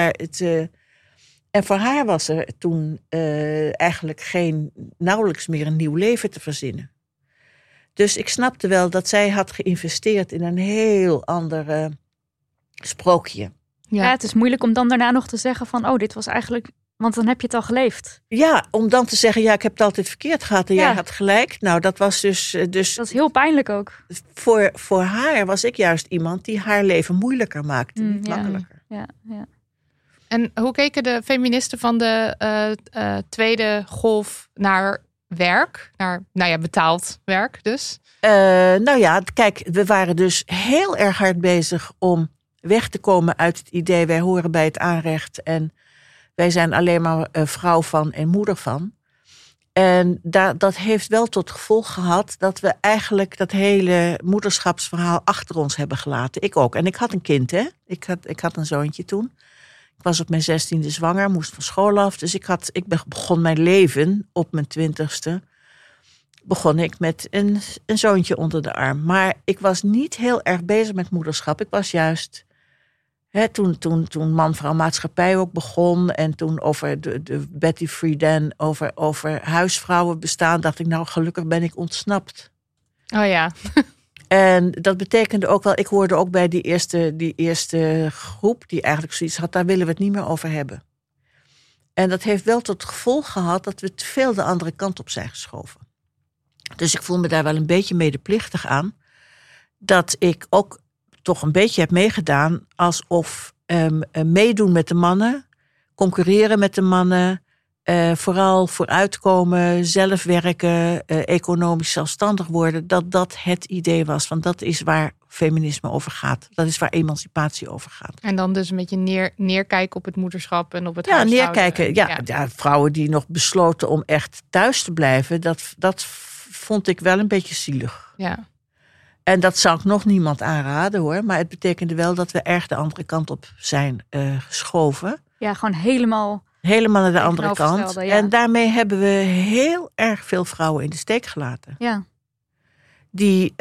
en voor haar was er toen eigenlijk nauwelijks meer een nieuw leven te verzinnen. Dus ik snapte wel dat zij had geïnvesteerd in een heel ander sprookje. Ja, het is moeilijk om dan daarna nog te zeggen van, dit was eigenlijk, want dan heb je het al geleefd. Ja, om dan te zeggen, ik heb het altijd verkeerd gehad en jij had gelijk. Nou, dat was dus... Dat is heel pijnlijk ook. Voor haar was ik juist iemand die haar leven moeilijker maakte, niet makkelijker. Ja. En hoe keken de feministen van de tweede golf naar werk? Naar, betaald werk dus? Kijk, we waren dus heel erg hard bezig om weg te komen uit het idee, wij horen bij het aanrecht en wij zijn alleen maar vrouw van en moeder van. En dat heeft wel tot gevolg gehad dat we eigenlijk dat hele moederschapsverhaal achter ons hebben gelaten. Ik ook. En ik had een kind, hè. Ik had een zoontje toen. Ik was op mijn 16e zwanger, moest van school af. Dus ik begon mijn leven op mijn 20e. Begon ik met een zoontje onder de arm. Maar ik was niet heel erg bezig met moederschap. Ik was juist... Toen man-vrouw maatschappij ook begon en toen over de Betty Friedan over huisvrouwen bestaan, dacht ik, nou gelukkig ben ik ontsnapt. Oh ja. En dat betekende ook wel, ik hoorde ook bij die eerste groep die eigenlijk zoiets had, daar willen we het niet meer over hebben. En dat heeft wel tot gevolg gehad dat we te veel de andere kant op zijn geschoven. Dus ik voel me daar wel een beetje medeplichtig aan, dat ik ook toch een beetje heb meegedaan alsof meedoen met de mannen, concurreren met de mannen, vooral vooruitkomen, zelf werken, economisch zelfstandig worden, dat het idee was. Want dat is waar feminisme over gaat. Dat is waar emancipatie over gaat. En dan dus een beetje neerkijken op het moederschap en op het huishouden. Neerkijken. Ja, vrouwen die nog besloten om echt thuis te blijven, dat vond ik wel een beetje zielig. Ja. En dat zou ik nog niemand aanraden hoor. Maar het betekende wel dat we erg de andere kant op zijn geschoven. Ja, gewoon helemaal naar de andere kant. Ja. En daarmee hebben we heel erg veel vrouwen in de steek gelaten. Ja. Die,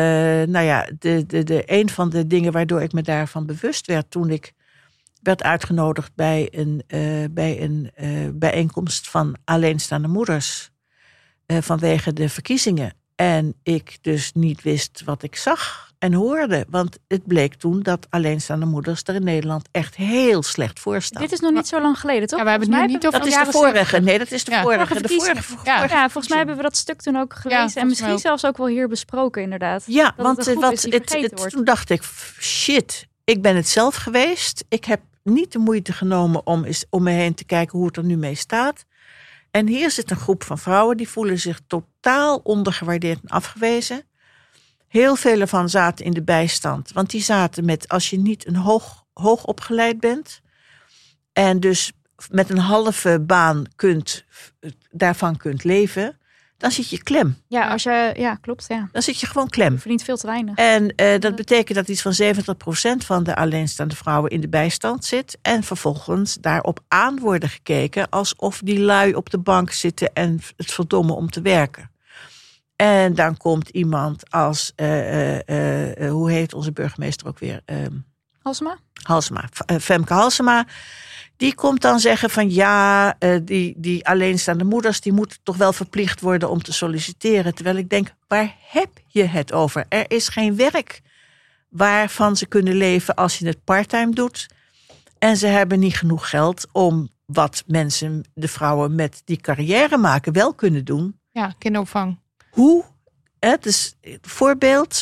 een van de dingen waardoor ik me daarvan bewust werd, toen ik werd uitgenodigd bij een bijeenkomst van alleenstaande moeders vanwege de verkiezingen. En ik dus niet wist wat ik zag en hoorde. Want het bleek toen dat alleenstaande moeders er in Nederland echt heel slecht voor staan. Dit is nog niet zo lang geleden, toch? Ja, we hebben het nu niet over dat is de vorige. Nee, dat is de vorige. Volgens mij hebben we dat stuk toen ook gelezen. En misschien zelfs ook wel hier besproken, inderdaad. Ja, toen dacht ik, shit, ik ben het zelf geweest. Ik heb niet de moeite genomen om me heen te kijken hoe het er nu mee staat. En hier zit een groep van vrouwen die voelen zich totaal ondergewaardeerd en afgewezen. Heel veel ervan zaten in de bijstand. Want die zaten met, als je niet een hoog opgeleid bent en dus met een halve baan daarvan kunt leven, dan zit je klem. Ja, klopt. Ja. Dan zit je gewoon klem. Je verdient veel te weinig. En dat betekent dat iets van 70% van de alleenstaande vrouwen in de bijstand zit. En vervolgens daarop aan worden gekeken alsof die lui op de bank zitten en het verdomme om te werken. En dan komt iemand als, hoe heet onze burgemeester ook weer? Halsema. Femke Halsema. Die komt dan zeggen van die alleenstaande moeders, die moeten toch wel verplicht worden om te solliciteren. Terwijl ik denk, waar heb je het over? Er is geen werk waarvan ze kunnen leven als je het parttime doet. En ze hebben niet genoeg geld om wat mensen, de vrouwen met die carrière maken, wel kunnen doen. Ja, kinderopvang. Hoe? Dus voorbeeld,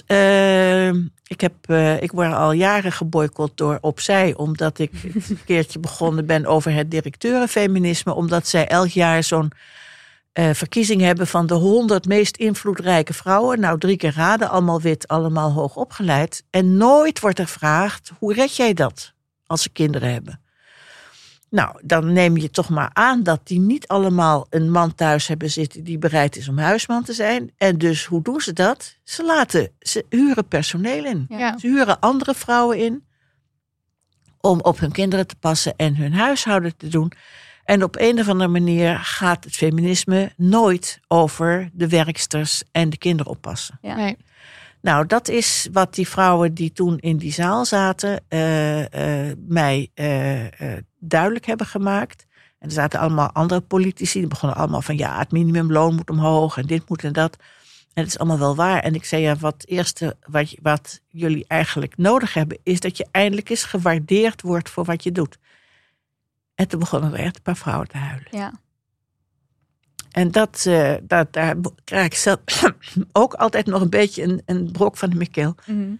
ik word al jaren geboycott door Opzij, omdat ik een keertje begonnen ben over het directeurenfeminisme, omdat zij elk jaar zo'n verkiezing hebben van de 100 meest invloedrijke vrouwen. Nou, 3 keer raden, allemaal wit, allemaal hoog opgeleid. En nooit wordt er gevraagd, hoe red jij dat als ze kinderen hebben? Nou, dan neem je toch maar aan dat die niet allemaal een man thuis hebben zitten die bereid is om huisman te zijn. En dus, hoe doen ze dat? Ze huren personeel in. Ja. Ze huren andere vrouwen in om op hun kinderen te passen en hun huishouden te doen. En op een of andere manier gaat het feminisme nooit over de werksters en de kinderen oppassen. Ja. Nee. Nou, dat is wat die vrouwen die toen in die zaal zaten mij duidelijk hebben gemaakt. En er zaten allemaal andere politici. Die begonnen allemaal van het minimumloon moet omhoog en dit moet en dat. En het is allemaal wel waar. En ik zei wat jullie eigenlijk nodig hebben, is dat je eindelijk eens gewaardeerd wordt voor wat je doet. En toen begonnen er echt een paar vrouwen te huilen. Ja. En daar krijg ik zelf ook altijd nog een beetje een brok van de mikkeel. Mm-hmm.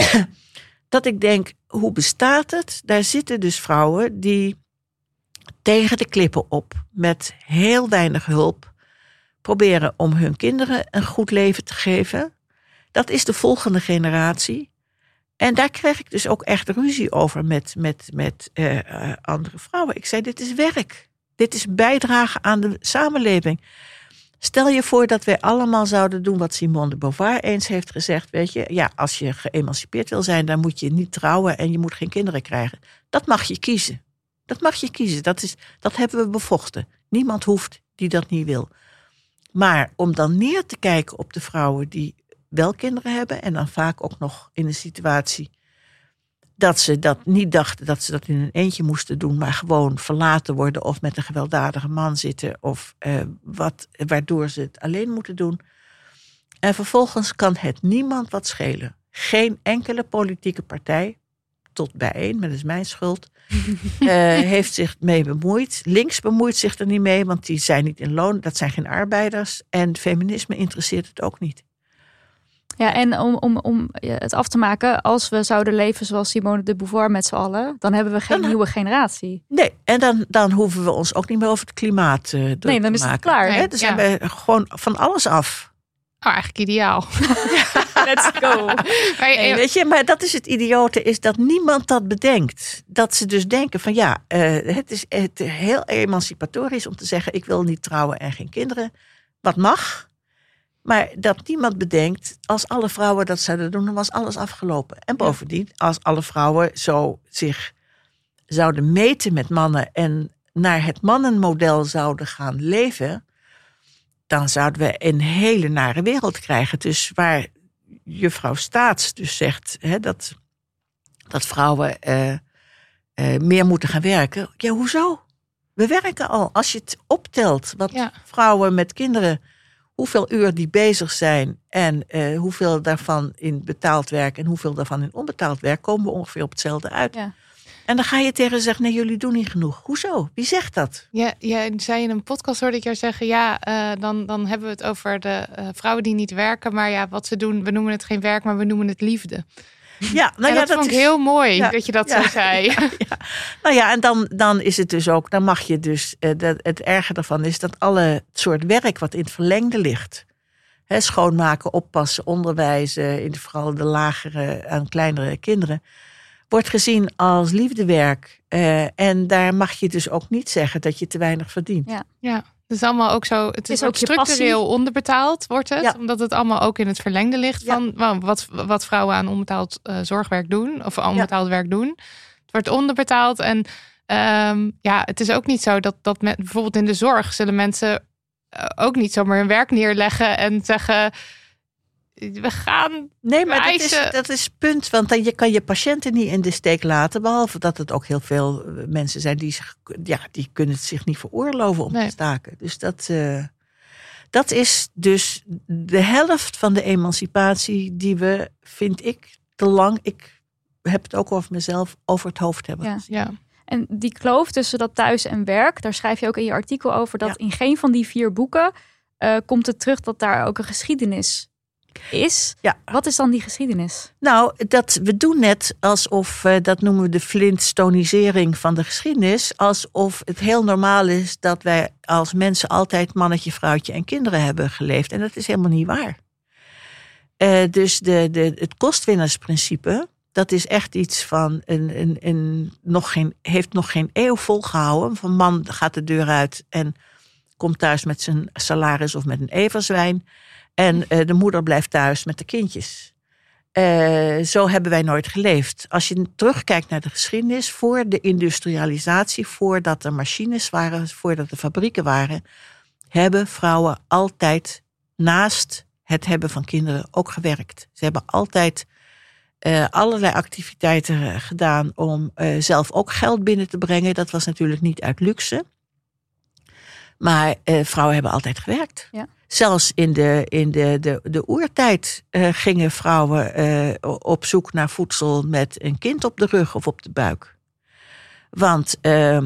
Dat ik denk, hoe bestaat het? Daar zitten dus vrouwen die tegen de klippen op, met heel weinig hulp, proberen om hun kinderen een goed leven te geven. Dat is de volgende generatie. En daar kreeg ik dus ook echt ruzie over met andere vrouwen. Ik zei, dit is werk. Dit is bijdragen aan de samenleving. Stel je voor dat wij allemaal zouden doen wat Simone de Beauvoir eens heeft gezegd. Weet je, als je geëmancipeerd wil zijn, dan moet je niet trouwen en je moet geen kinderen krijgen. Dat mag je kiezen. Dat mag je kiezen. Dat hebben we bevochten. Niemand hoeft die dat niet wil. Maar om dan neer te kijken op de vrouwen die wel kinderen hebben en dan vaak ook nog in een situatie dat ze dat niet dachten dat ze dat in een eentje moesten doen, maar gewoon verlaten worden of met een gewelddadige man zitten of waardoor ze het alleen moeten doen. En vervolgens kan het niemand wat schelen. Geen enkele politieke partij, tot bij één, maar dat is mijn schuld, heeft zich mee bemoeid. Links bemoeit zich er niet mee, want die zijn niet in loon, dat zijn geen arbeiders. En feminisme interesseert het ook niet. Ja, en om het af te maken, als we zouden leven zoals Simone de Beauvoir met z'n allen, dan hebben we geen nieuwe generatie. Nee, en dan hoeven we ons ook niet meer over het klimaat druk te maken. Nee, dan is het klaar. Nee, dan zijn we gewoon van alles af. Oh, eigenlijk ideaal. Let's go. Weet je, maar dat is het idiote, is dat niemand dat bedenkt. Dat ze dus denken van het is heel emancipatorisch om te zeggen, ik wil niet trouwen en geen kinderen. Wat mag? Maar dat niemand bedenkt, als alle vrouwen dat zouden doen, dan was alles afgelopen. En bovendien, als alle vrouwen zo zich zouden meten met mannen en naar het mannenmodel zouden gaan leven, dan zouden we een hele nare wereld krijgen. Dus waar juffrouw Staats dus zegt dat vrouwen meer moeten gaan werken. Ja, hoezo? We werken al. Als je het optelt, wat vrouwen met kinderen, hoeveel uur die bezig zijn en hoeveel daarvan in betaald werk en hoeveel daarvan in onbetaald werk, komen we ongeveer op hetzelfde uit. Ja. En dan ga je tegen ze zeggen, nee, jullie doen niet genoeg. Hoezo? Wie zegt dat? Ja, jij zei in een podcast, hoorde ik jou zeggen, dan hebben we het over de vrouwen die niet werken, maar wat ze doen, we noemen het geen werk, maar we noemen het liefde. Ja, dat vond ik heel mooi dat je dat zo zei. Ja. Nou ja, en dan is het dus ook, dan mag je dus, het erge daarvan is dat alle soort werk wat in het verlengde ligt, schoonmaken, oppassen, onderwijzen, vooral de lagere en kleinere kinderen, wordt gezien als liefdewerk. En daar mag je dus ook niet zeggen dat je te weinig verdient. Ja. Het is allemaal ook zo. Het is ook structureel onderbetaald, wordt het. Ja. Omdat het allemaal ook in het verlengde ligt van wat vrouwen aan onbetaald zorgwerk doen. Of onbetaald werk doen. Het wordt onderbetaald. En het is ook niet zo dat bijvoorbeeld in de zorg zullen mensen ook niet zomaar hun werk neerleggen en zeggen: we gaan. Nee, maar dat is het punt. Want je kan je patiënten niet in de steek laten. Behalve dat het ook heel veel mensen zijn die kunnen het zich niet veroorloven om te staken. Dus dat is dus de helft van de emancipatie die we, vind ik, te lang. Ik heb het ook over mezelf, over het hoofd hebben gezien. Ja. En die kloof tussen dat thuis en werk, daar schrijf je ook in je artikel over dat in geen van die 4 boeken komt het terug dat daar ook een geschiedenis is. Ja. Wat is dan die geschiedenis? Nou, we doen net alsof, dat noemen we de Flintstonisering van de geschiedenis, alsof het heel normaal is dat wij als mensen altijd mannetje, vrouwtje en kinderen hebben geleefd. En dat is helemaal niet waar. Dus het kostwinnaarsprincipe, dat is echt iets van heeft nog geen eeuw volgehouden. Van man gaat de deur uit en komt thuis met zijn salaris of met een everzwijn. En de moeder blijft thuis met de kindjes. Zo hebben wij nooit geleefd. Als je terugkijkt naar de geschiedenis, voor de industrialisatie, voordat er machines waren, voordat er fabrieken waren, hebben vrouwen altijd naast het hebben van kinderen ook gewerkt. Ze hebben altijd allerlei activiteiten gedaan om zelf ook geld binnen te brengen. Dat was natuurlijk niet uit luxe. Maar vrouwen hebben altijd gewerkt. Ja. Zelfs in de oertijd gingen vrouwen op zoek naar voedsel met een kind op de rug of op de buik. Want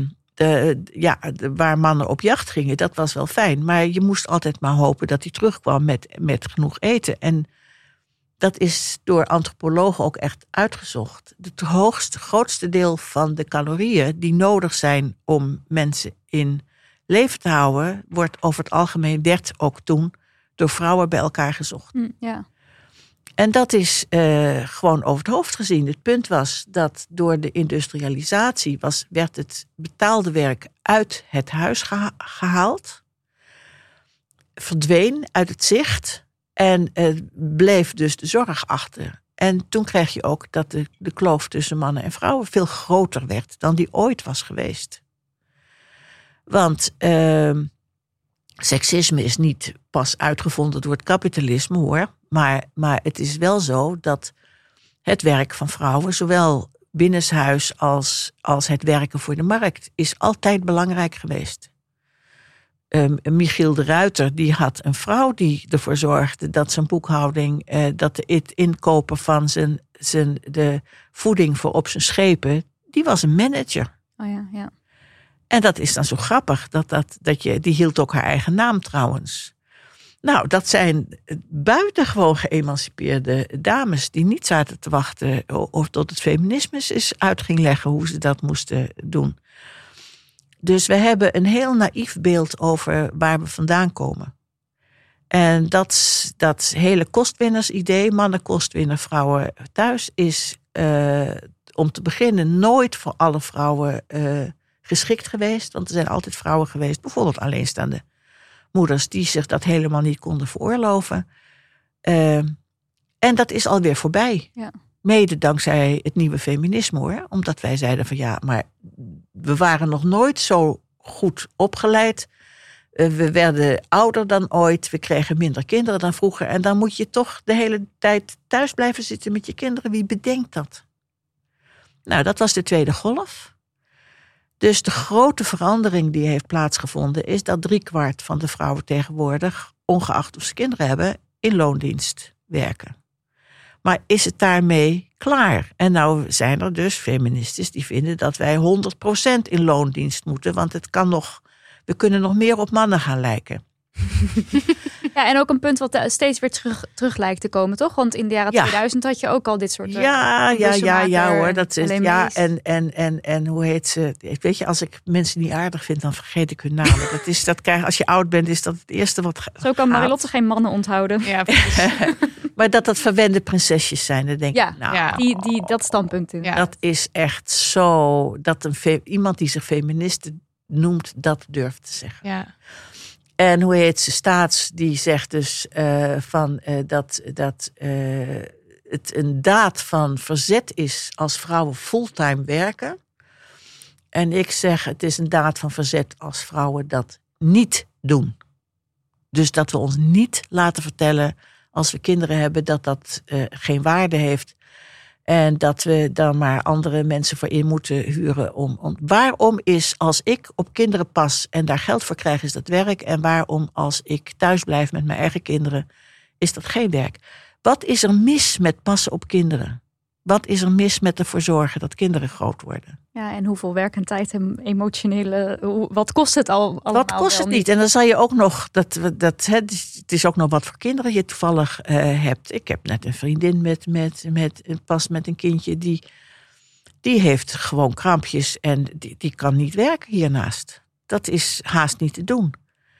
waar mannen op jacht gingen, dat was wel fijn. Maar je moest altijd maar hopen dat hij terugkwam met genoeg eten. En dat is door antropologen ook echt uitgezocht. Het grootste deel van de calorieën die nodig zijn om mensen in leven te houden, werd ook toen door vrouwen bij elkaar gezocht. Ja. En dat is gewoon over het hoofd gezien. Het punt was dat door de industrialisatie werd het betaalde werk uit het huis gehaald, verdween uit het zicht en bleef dus de zorg achter. En toen kreeg je ook dat de kloof tussen mannen en vrouwen veel groter werd dan die ooit was geweest. Want seksisme is niet pas uitgevonden door het kapitalisme, hoor. Maar het is wel zo dat het werk van vrouwen, zowel binnenshuis als het werken voor de markt, is altijd belangrijk geweest. Michiel de Ruiter, die had een vrouw die ervoor zorgde dat zijn boekhouding, dat het inkopen van de voeding voor op zijn schepen, die was een manager. Oh ja. En dat is dan zo grappig, die hield ook haar eigen naam trouwens. Nou, dat zijn buitengewoon geëmancipeerde dames die niet zaten te wachten of tot het feminisme uit ging leggen hoe ze dat moesten doen. Dus we hebben een heel naïef beeld over waar we vandaan komen. En dat hele kostwinnersidee, mannen kostwinner, vrouwen thuis, is om te beginnen nooit voor alle vrouwen geschikt geweest. Want er zijn altijd vrouwen geweest, bijvoorbeeld alleenstaande moeders, die zich dat helemaal niet konden veroorloven. En dat is alweer voorbij. Ja. Mede dankzij het nieuwe feminisme, hoor. Omdat wij zeiden van ja, maar we waren nog nooit zo goed opgeleid. We werden ouder dan ooit. We kregen minder kinderen dan vroeger. En dan moet je toch de hele tijd thuis blijven zitten met je kinderen. Wie bedenkt dat? Nou, dat was de tweede golf. Dus de grote verandering die heeft plaatsgevonden is dat 3/4 van de vrouwen tegenwoordig, ongeacht of ze kinderen hebben, in loondienst werken. Maar is het daarmee klaar? En nou zijn er dus feministes die vinden dat wij 100% in loondienst moeten, want we kunnen nog meer op mannen gaan lijken. Ja, en ook een punt wat steeds weer terug lijkt te komen, toch? Want in de jaren 2000 had je ook al dit soort ja hoor. Dat is en hoe heet ze? Weet je, als ik mensen niet aardig vind, dan vergeet ik hun namen. Als je oud bent, is dat het eerste wat. Zo kan Marilotte geen mannen onthouden. Ja, maar dat verwende prinsesjes zijn, dan denk ik. Nou, dat standpunt. Ja. Dat is echt zo dat iemand die zich feministe noemt, dat durft te zeggen. Ja. En hoe heet ze, Staats, die zegt dus dat het een daad van verzet is als vrouwen fulltime werken. En ik zeg, het is een daad van verzet als vrouwen dat niet doen. Dus dat we ons niet laten vertellen als we kinderen hebben dat geen waarde heeft. En dat we dan maar andere mensen voor in moeten huren. Waarom is als ik op kinderen pas en daar geld voor krijg, is dat werk? En waarom als ik thuis blijf met mijn eigen kinderen, is dat geen werk? Wat is er mis met passen op kinderen? Wat is er mis met ervoor zorgen dat kinderen groot worden? Ja, en hoeveel werk en tijd en emotionele... Wat kost het al? Wat kost het niet? En dan zal je ook nog... Het is ook nog wat voor kinderen je toevallig hebt. Ik heb net een vriendin pas met een kindje... Die heeft gewoon krampjes en die kan niet werken hiernaast. Dat is haast niet te doen.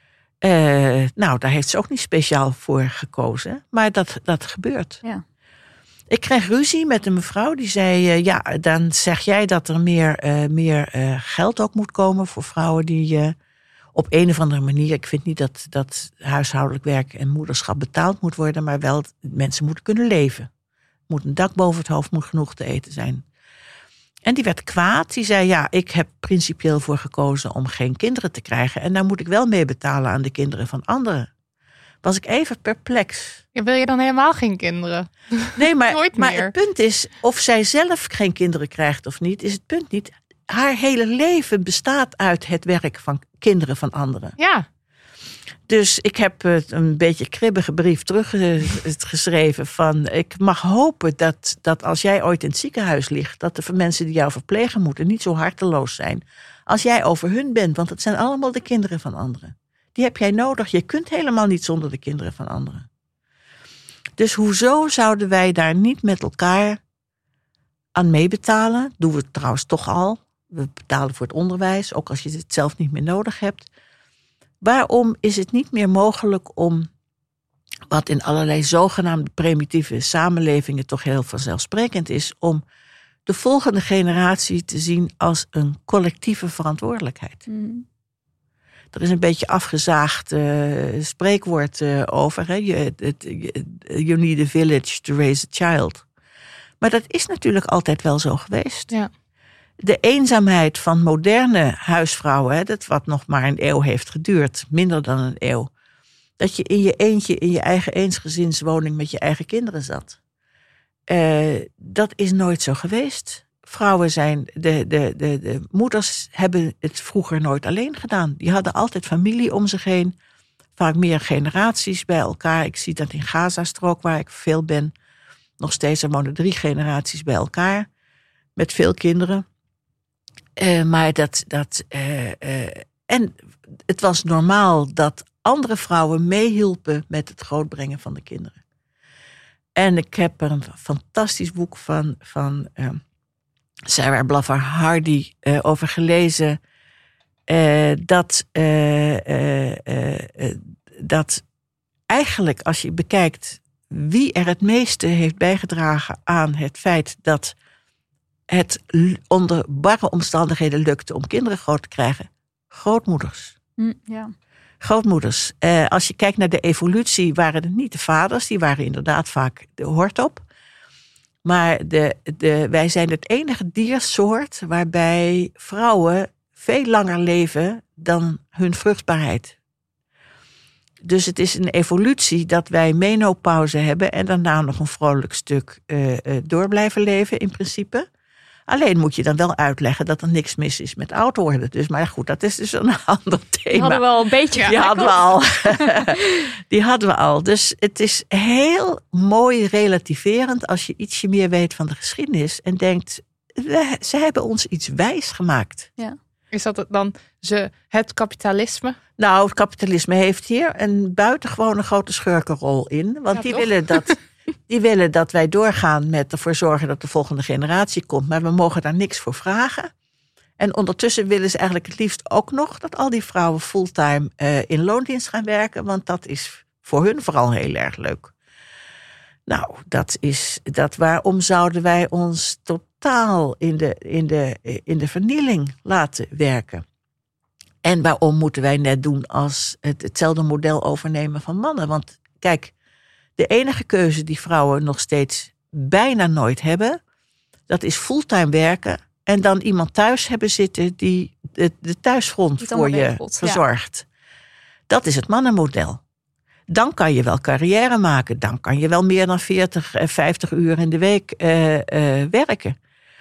Daar heeft ze ook niet speciaal voor gekozen. Maar dat gebeurt. Ja. Ik kreeg ruzie met een mevrouw die zei... dan zeg jij dat er meer geld ook moet komen voor vrouwen die op een of andere manier... Ik vind niet dat huishoudelijk werk en moederschap betaald moet worden... maar wel mensen moeten kunnen leven. Er moet een dak boven het hoofd, moet genoeg te eten zijn. En die werd kwaad. Die zei, ik heb principieel voor gekozen om geen kinderen te krijgen... en daar moet ik wel mee betalen aan de kinderen van anderen. Was ik even perplex. Ja, wil je dan helemaal geen kinderen? Nee, Nooit maar meer. Het punt is, of zij zelf geen kinderen krijgt of niet, is het punt niet. Haar hele leven bestaat uit het werk van kinderen van anderen. Ja. Dus ik heb een beetje kribbige brief teruggeschreven van... ik mag hopen dat als jij ooit in het ziekenhuis ligt... dat de mensen die jou verplegen moeten niet zo harteloos zijn... als jij over hun bent, want het zijn allemaal de kinderen van anderen. Die heb jij nodig. Je kunt helemaal niet zonder de kinderen van anderen. Dus hoezo zouden wij daar niet met elkaar aan meebetalen? Doen we het trouwens toch al. We betalen voor het onderwijs, ook als je het zelf niet meer nodig hebt. Waarom is het niet meer mogelijk om, wat in allerlei zogenaamde primitieve samenlevingen toch heel vanzelfsprekend is, om de volgende generatie te zien als een collectieve verantwoordelijkheid? Er is een beetje afgezaagd spreekwoord over. Hè? You need a village to raise a child. Maar dat is natuurlijk altijd wel zo geweest. Ja. De eenzaamheid van moderne huisvrouwen, hè, dat wat nog maar een eeuw heeft geduurd, minder dan een eeuw. Dat je in je eentje in je eigen eensgezinswoning met je eigen kinderen zat. Dat is nooit zo geweest. Vrouwen zijn, de moeders hebben het vroeger nooit alleen gedaan. Die hadden altijd familie om zich heen. Vaak meer generaties bij elkaar. Ik zie dat in Gazastrook, waar ik veel ben. Nog steeds, er wonen 3 generaties bij elkaar. Met veel kinderen. En het was normaal dat andere vrouwen meehielpen met het grootbrengen van de kinderen. En ik heb er een fantastisch boek van Sarah Blaffer Hardy over gelezen. Dat eigenlijk, als je bekijkt wie er het meeste heeft bijgedragen aan het feit dat het onder barre omstandigheden lukte om kinderen groot te krijgen, grootmoeders. Ja. Grootmoeders. Als je kijkt naar de evolutie, waren het niet de vaders, die waren inderdaad vaak de hort op. Maar wij zijn het enige diersoort waarbij vrouwen veel langer leven dan hun vruchtbaarheid. Dus het is een evolutie dat wij menopauze hebben en daarna nog een vrolijk stuk door blijven leven in principe. Alleen moet je dan wel uitleggen dat er niks mis is met oud worden. Dus, maar goed, dat is dus een ander thema. Die hadden we al een beetje. Die hadden we al. Dus het is heel mooi relativerend als je ietsje meer weet van de geschiedenis. En denkt, ze hebben ons iets wijs gemaakt. Ja. Is dat dan het kapitalisme? Nou, het kapitalisme heeft hier een buitengewone grote schurkenrol in. Want die willen dat wij doorgaan met ervoor zorgen dat de volgende generatie komt. Maar we mogen daar niks voor vragen. En ondertussen willen ze eigenlijk het liefst ook nog dat al die vrouwen fulltime in loondienst gaan werken. Want dat is voor hun vooral heel erg leuk. Nou, waarom zouden wij ons totaal in de vernieling laten werken? En waarom moeten wij net doen als hetzelfde model overnemen van mannen? Want kijk, de enige keuze die vrouwen nog steeds bijna nooit hebben, dat is fulltime werken en dan iemand thuis hebben zitten die de thuisfront voor je verzorgt. Ja. Dat is het mannenmodel. Dan kan je wel carrière maken. Dan kan je wel meer dan 40, 50 uur in de week werken.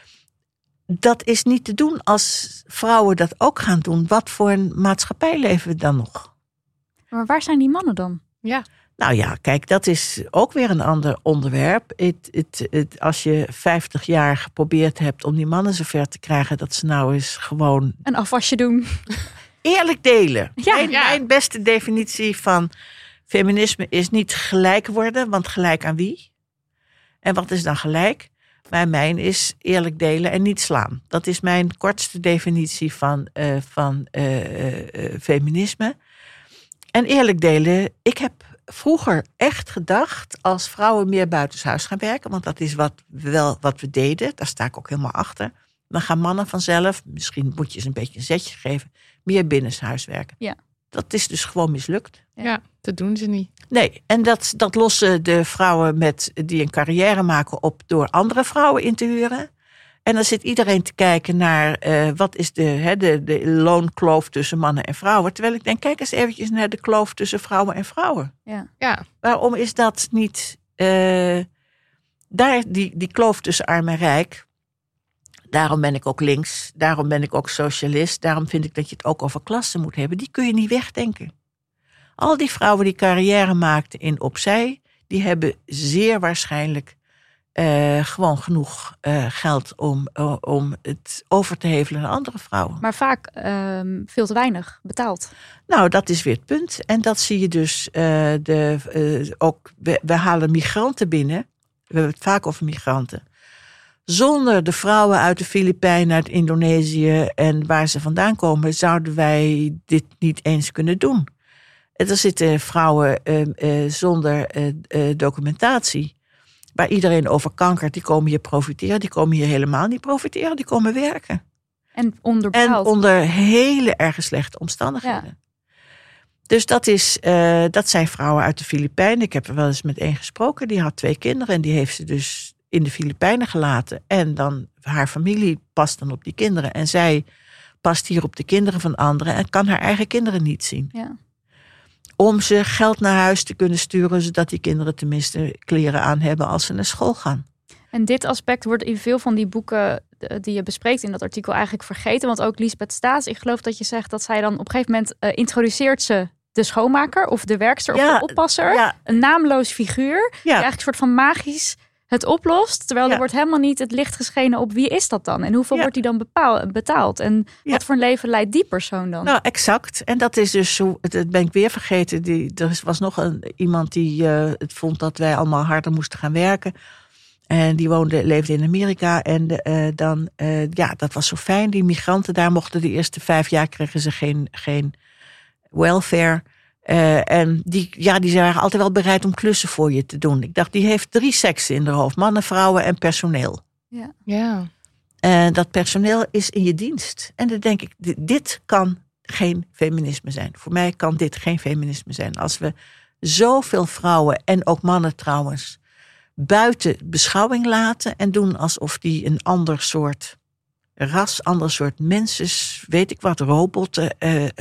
Dat is niet te doen als vrouwen dat ook gaan doen. Wat voor een maatschappij leven we dan nog? Maar waar zijn die mannen dan? Ja. Nou ja, kijk, dat is ook weer een ander onderwerp. Als je 50 jaar geprobeerd hebt om die mannen zover te krijgen dat ze nou eens gewoon een afwasje doen. Eerlijk delen. Ja. Mijn beste definitie van feminisme is niet gelijk worden, want gelijk aan wie? En wat is dan gelijk? Maar mijn is eerlijk delen en niet slaan. Dat is mijn kortste definitie van feminisme. En eerlijk delen, ik heb vroeger echt gedacht, als vrouwen meer buitenshuis gaan werken, want dat is wat we deden, daar sta ik ook helemaal achter. Dan gaan mannen vanzelf, misschien moet je ze een beetje een zetje geven, meer binnenshuis werken. Ja. Dat is dus gewoon mislukt. Ja, dat doen ze niet. Nee, en dat lossen de vrouwen die een carrière maken op door andere vrouwen in te huren. En dan zit iedereen te kijken naar wat is de loonkloof tussen mannen en vrouwen. Terwijl ik denk, kijk eens eventjes naar de kloof tussen vrouwen en vrouwen. Ja. Waarom is dat niet daar die kloof tussen arm en rijk? Daarom ben ik ook links, daarom ben ik ook socialist. Daarom vind ik dat je het ook over klassen moet hebben. Die kun je niet wegdenken. Al die vrouwen die carrière maakten in opzij, die hebben zeer waarschijnlijk gewoon genoeg geld om het over te hevelen naar andere vrouwen. Maar vaak veel te weinig betaald. Nou, dat is weer het punt. En dat zie je dus ook. We halen migranten binnen. We hebben het vaak over migranten. Zonder de vrouwen uit de Filipijnen, uit Indonesië en waar ze vandaan komen, zouden wij dit niet eens kunnen doen. Er zitten vrouwen zonder documentatie. Waar iedereen over kankert, die komen hier profiteren. Die komen hier helemaal niet profiteren, die komen werken. En onder hele erg slechte omstandigheden. Ja. Dus dat zijn vrouwen uit de Filipijnen. Ik heb er wel eens met één gesproken. Die had 2 kinderen en die heeft ze dus in de Filipijnen gelaten. En dan haar familie past dan op die kinderen. En zij past hier op de kinderen van anderen en kan haar eigen kinderen niet zien. Ja. Om ze geld naar huis te kunnen sturen, zodat die kinderen tenminste kleren aan hebben als ze naar school gaan. En dit aspect wordt in veel van die boeken die je bespreekt in dat artikel eigenlijk vergeten. Want ook Liesbeth Staes, ik geloof dat je zegt dat zij dan op een gegeven moment introduceert ze de schoonmaker of de werkster of de oppasser. Ja. Een naamloos figuur die eigenlijk een soort van magisch het oplost. Terwijl er wordt helemaal niet het licht geschenen op wie is dat dan? En hoeveel wordt die dan betaald? En wat voor een leven leidt die persoon dan? Nou, exact. En dat is dus zo, dat ben ik weer vergeten. Er was nog iemand die het vond dat wij allemaal harder moesten gaan werken. En die leefde in Amerika. En dat was zo fijn. Die migranten daar mochten de eerste 5 jaar kregen ze geen welfare. En die waren altijd wel bereid om klussen voor je te doen. Ik dacht, die heeft 3 seksen in haar hoofd. Mannen, vrouwen en personeel. Ja. En dat personeel is in je dienst. En dan denk ik, dit kan geen feminisme zijn. Voor mij kan dit geen feminisme zijn. Als we zoveel vrouwen en ook mannen trouwens buiten beschouwing laten en doen alsof die een ander soort ras, ander soort mensen, weet ik wat, robotten.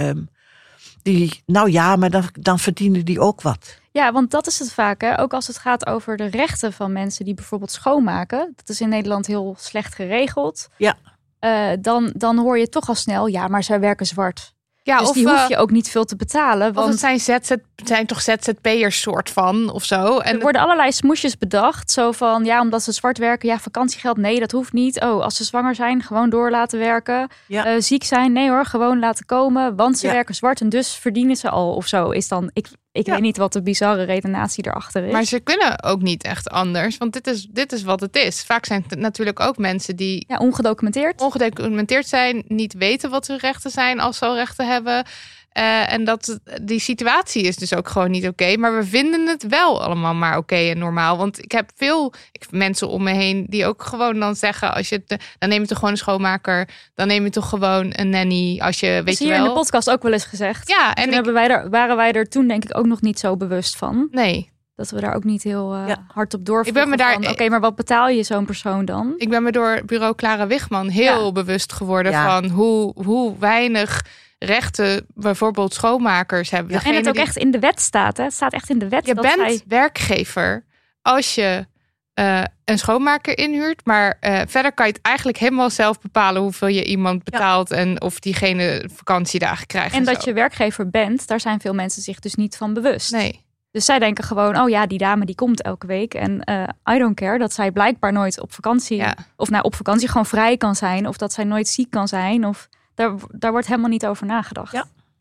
Maar dan verdienen die ook wat. Ja, want dat is het vaak. Hè? Ook als het gaat over de rechten van mensen die bijvoorbeeld schoonmaken. Dat is in Nederland heel slecht geregeld. Ja. Dan hoor je toch al snel, ja, maar zij werken zwart. Ja, dus die hoef je ook niet veel te betalen. Want of het zijn toch ZZP'ers soort van of zo. En er worden allerlei smoesjes bedacht. Zo van, ja, omdat ze zwart werken, ja, vakantiegeld, nee, dat hoeft niet. Oh, als ze zwanger zijn, gewoon door laten werken. Ja. Ziek zijn, nee hoor, gewoon laten komen. Want ze werken zwart en dus verdienen ze al of zo. Is dan, ik weet niet wat de bizarre redenatie erachter is. Maar ze kunnen ook niet echt anders. Want dit is wat het is. Vaak zijn het natuurlijk ook mensen die ongedocumenteerd zijn. Niet weten wat hun rechten zijn als ze al rechten hebben. En die situatie is dus ook gewoon niet oké. Maar we vinden het wel allemaal maar oké en normaal. Want ik heb veel mensen om me heen die ook gewoon dan zeggen... dan neem je toch gewoon een schoonmaker. Dan neem je toch gewoon een nanny. Als je, weet je hier wel. in de podcast ook wel eens gezegd. Ja, en waren wij er toen denk ik ook nog niet zo bewust van. Nee. Dat we daar ook niet heel hard op doorvroegen. Ik ben me Oké, maar wat betaal je zo'n persoon dan? Ik ben me door bureau Clara Wichman heel bewust geworden van hoe weinig rechten bijvoorbeeld schoonmakers hebben. Ja. En het ook echt in de wet staat. Hè? Het staat echt in de wet. Je bent werkgever als je een schoonmaker inhuurt. Maar verder kan je het eigenlijk helemaal zelf bepalen hoeveel je iemand betaalt en of diegene vakantiedagen krijgt. En dat je werkgever bent, daar zijn veel mensen zich dus niet van bewust. Nee. Dus zij denken gewoon, oh ja, die dame die komt elke week. En I don't care dat zij blijkbaar nooit op vakantie... of op vakantie gewoon vrij kan zijn. Of dat zij nooit ziek kan zijn. Of daar wordt helemaal niet over nagedacht.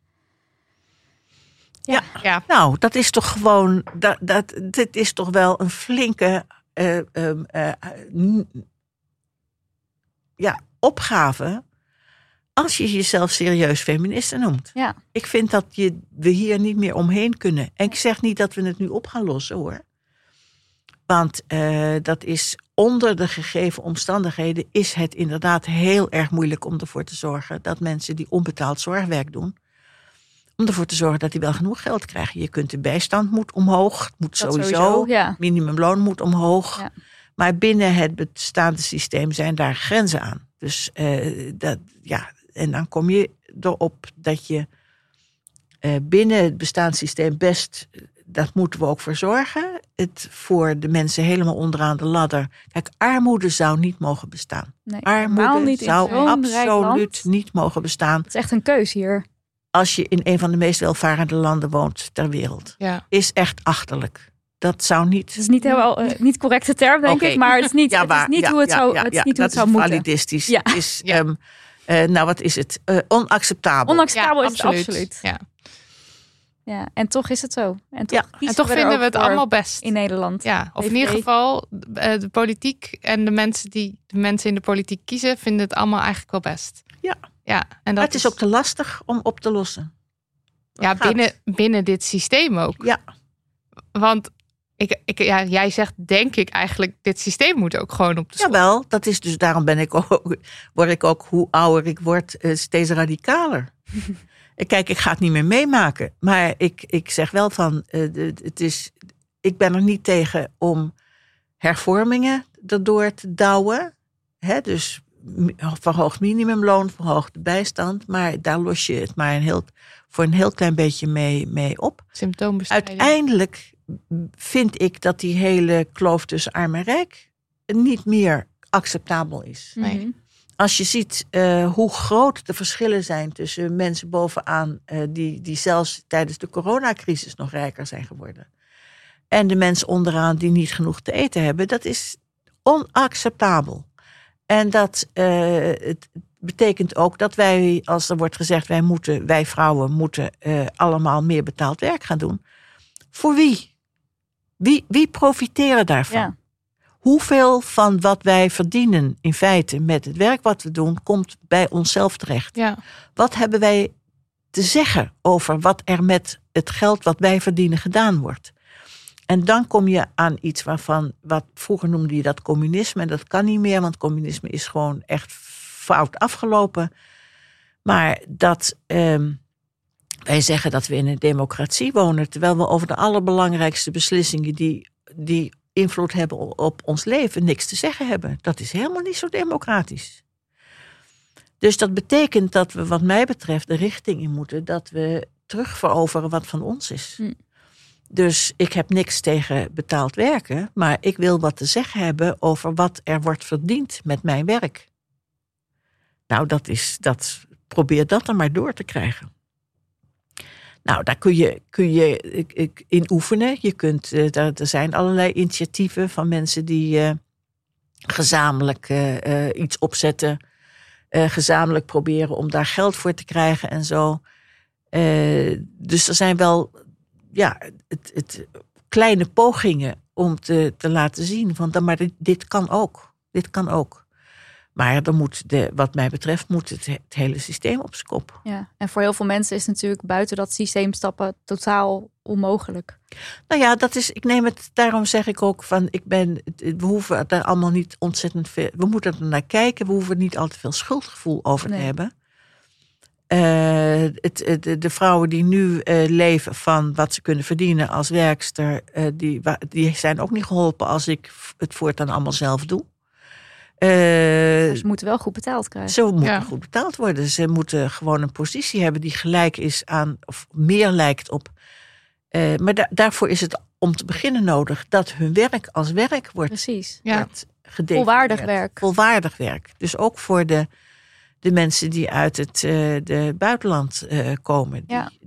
Ja. Nou, dat is toch gewoon... Dit is toch wel een flinke opgave... als je jezelf serieus feministe noemt. Ja. Ik vind dat we hier niet meer omheen kunnen. En ik zeg niet dat we het nu op gaan lossen, hoor. Want dat is onder de gegeven omstandigheden... is het inderdaad heel erg moeilijk om ervoor te zorgen... dat mensen die onbetaald zorgwerk doen... om ervoor te zorgen dat die wel genoeg geld krijgen. Je kunt de bijstand moet omhoog. Het moet sowieso. Minimumloon moet omhoog. Ja. Maar binnen het bestaande systeem zijn daar grenzen aan. Dus en dan kom je erop dat je binnen het bestaand systeem best... dat moeten we ook voor zorgen. Het voor de mensen helemaal onderaan de ladder. Kijk, armoede zou niet mogen bestaan. Nee, armoede zou absoluut niet mogen bestaan. Het is echt een keus hier. Als je in een van de meest welvarende landen woont ter wereld. Ja. Is echt achterlijk. Dat zou niet... Het is niet helemaal niet correcte term, denk ik. Maar het is niet, hoe het zou moeten. Validistisch. Ja. Is, wat is het? Onacceptabel. Onacceptabel is het absoluut. Ja, en toch is het zo. En toch vinden we het allemaal best. In Nederland. Ja, of in ieder geval de politiek en de mensen die de mensen in de politiek kiezen... vinden het allemaal eigenlijk wel best. Ja, en maar het is ook te lastig om op te lossen. Binnen dit systeem ook. Ja. Want jij zegt denk ik eigenlijk... dit systeem moet ook gewoon op de schop. Jawel, dat is dus daarom word ik ook hoe ouder ik word steeds radicaler. Kijk, ik ga het niet meer meemaken. Maar ik zeg wel van... ik ben er niet tegen om hervormingen erdoor te douwen. Dus verhoogd minimumloon, verhoogde bijstand. Maar daar los je het maar voor een heel klein beetje mee op. Symptoombestrijding. Uiteindelijk vind ik dat die hele kloof tussen arm en rijk niet meer acceptabel is. Nee. Als je ziet hoe groot de verschillen zijn tussen mensen bovenaan... die zelfs tijdens de coronacrisis nog rijker zijn geworden. En de mensen onderaan die niet genoeg te eten hebben. Dat is onacceptabel. En dat het betekent ook dat wij, als er wordt gezegd... wij vrouwen moeten allemaal meer betaald werk gaan doen. Voor wie? Wie profiteren daarvan? Ja. Hoeveel van wat wij verdienen in feite met het werk wat we doen... komt bij onszelf terecht? Ja. Wat hebben wij te zeggen over wat er met het geld wat wij verdienen gedaan wordt? En dan kom je aan iets wat vroeger noemde je dat communisme. En dat kan niet meer, want communisme is gewoon echt fout afgelopen. Maar dat wij zeggen dat we in een democratie wonen... terwijl we over de allerbelangrijkste beslissingen... die invloed hebben op ons leven, niks te zeggen hebben. Dat is helemaal niet zo democratisch. Dus dat betekent dat we, wat mij betreft, de richting in moeten... dat we terugveroveren wat van ons is. Dus ik heb niks tegen betaald werken... maar ik wil wat te zeggen hebben over wat er wordt verdiend met mijn werk. Nou, probeer dat er maar door te krijgen. Nou, daar kun je in oefenen. Er zijn allerlei initiatieven van mensen die gezamenlijk iets opzetten. Gezamenlijk proberen om daar geld voor te krijgen en zo. Dus er zijn wel kleine pogingen om te laten zien. Maar dit kan ook. Dit kan ook. Maar dan wat mij betreft moet het hele systeem op zijn kop. Ja, en voor heel veel mensen is natuurlijk buiten dat systeem stappen totaal onmogelijk. Nou ja, daarom zeg ik ook van, we hoeven daar allemaal niet ontzettend veel, we moeten er naar kijken, we hoeven er niet al te veel schuldgevoel over te hebben. De vrouwen die nu leven van wat ze kunnen verdienen als werkster, die zijn ook niet geholpen als ik het voortaan allemaal zelf doe. Ze moeten wel goed betaald krijgen. Ze moeten goed betaald worden. Ze moeten gewoon een positie hebben die gelijk is aan, of meer lijkt op. Maar daarvoor is het om te beginnen nodig dat hun werk als werk wordt gedefinieerd. Volwaardig werk. Volwaardig werk. Dus ook voor de mensen die uit het buitenland komen.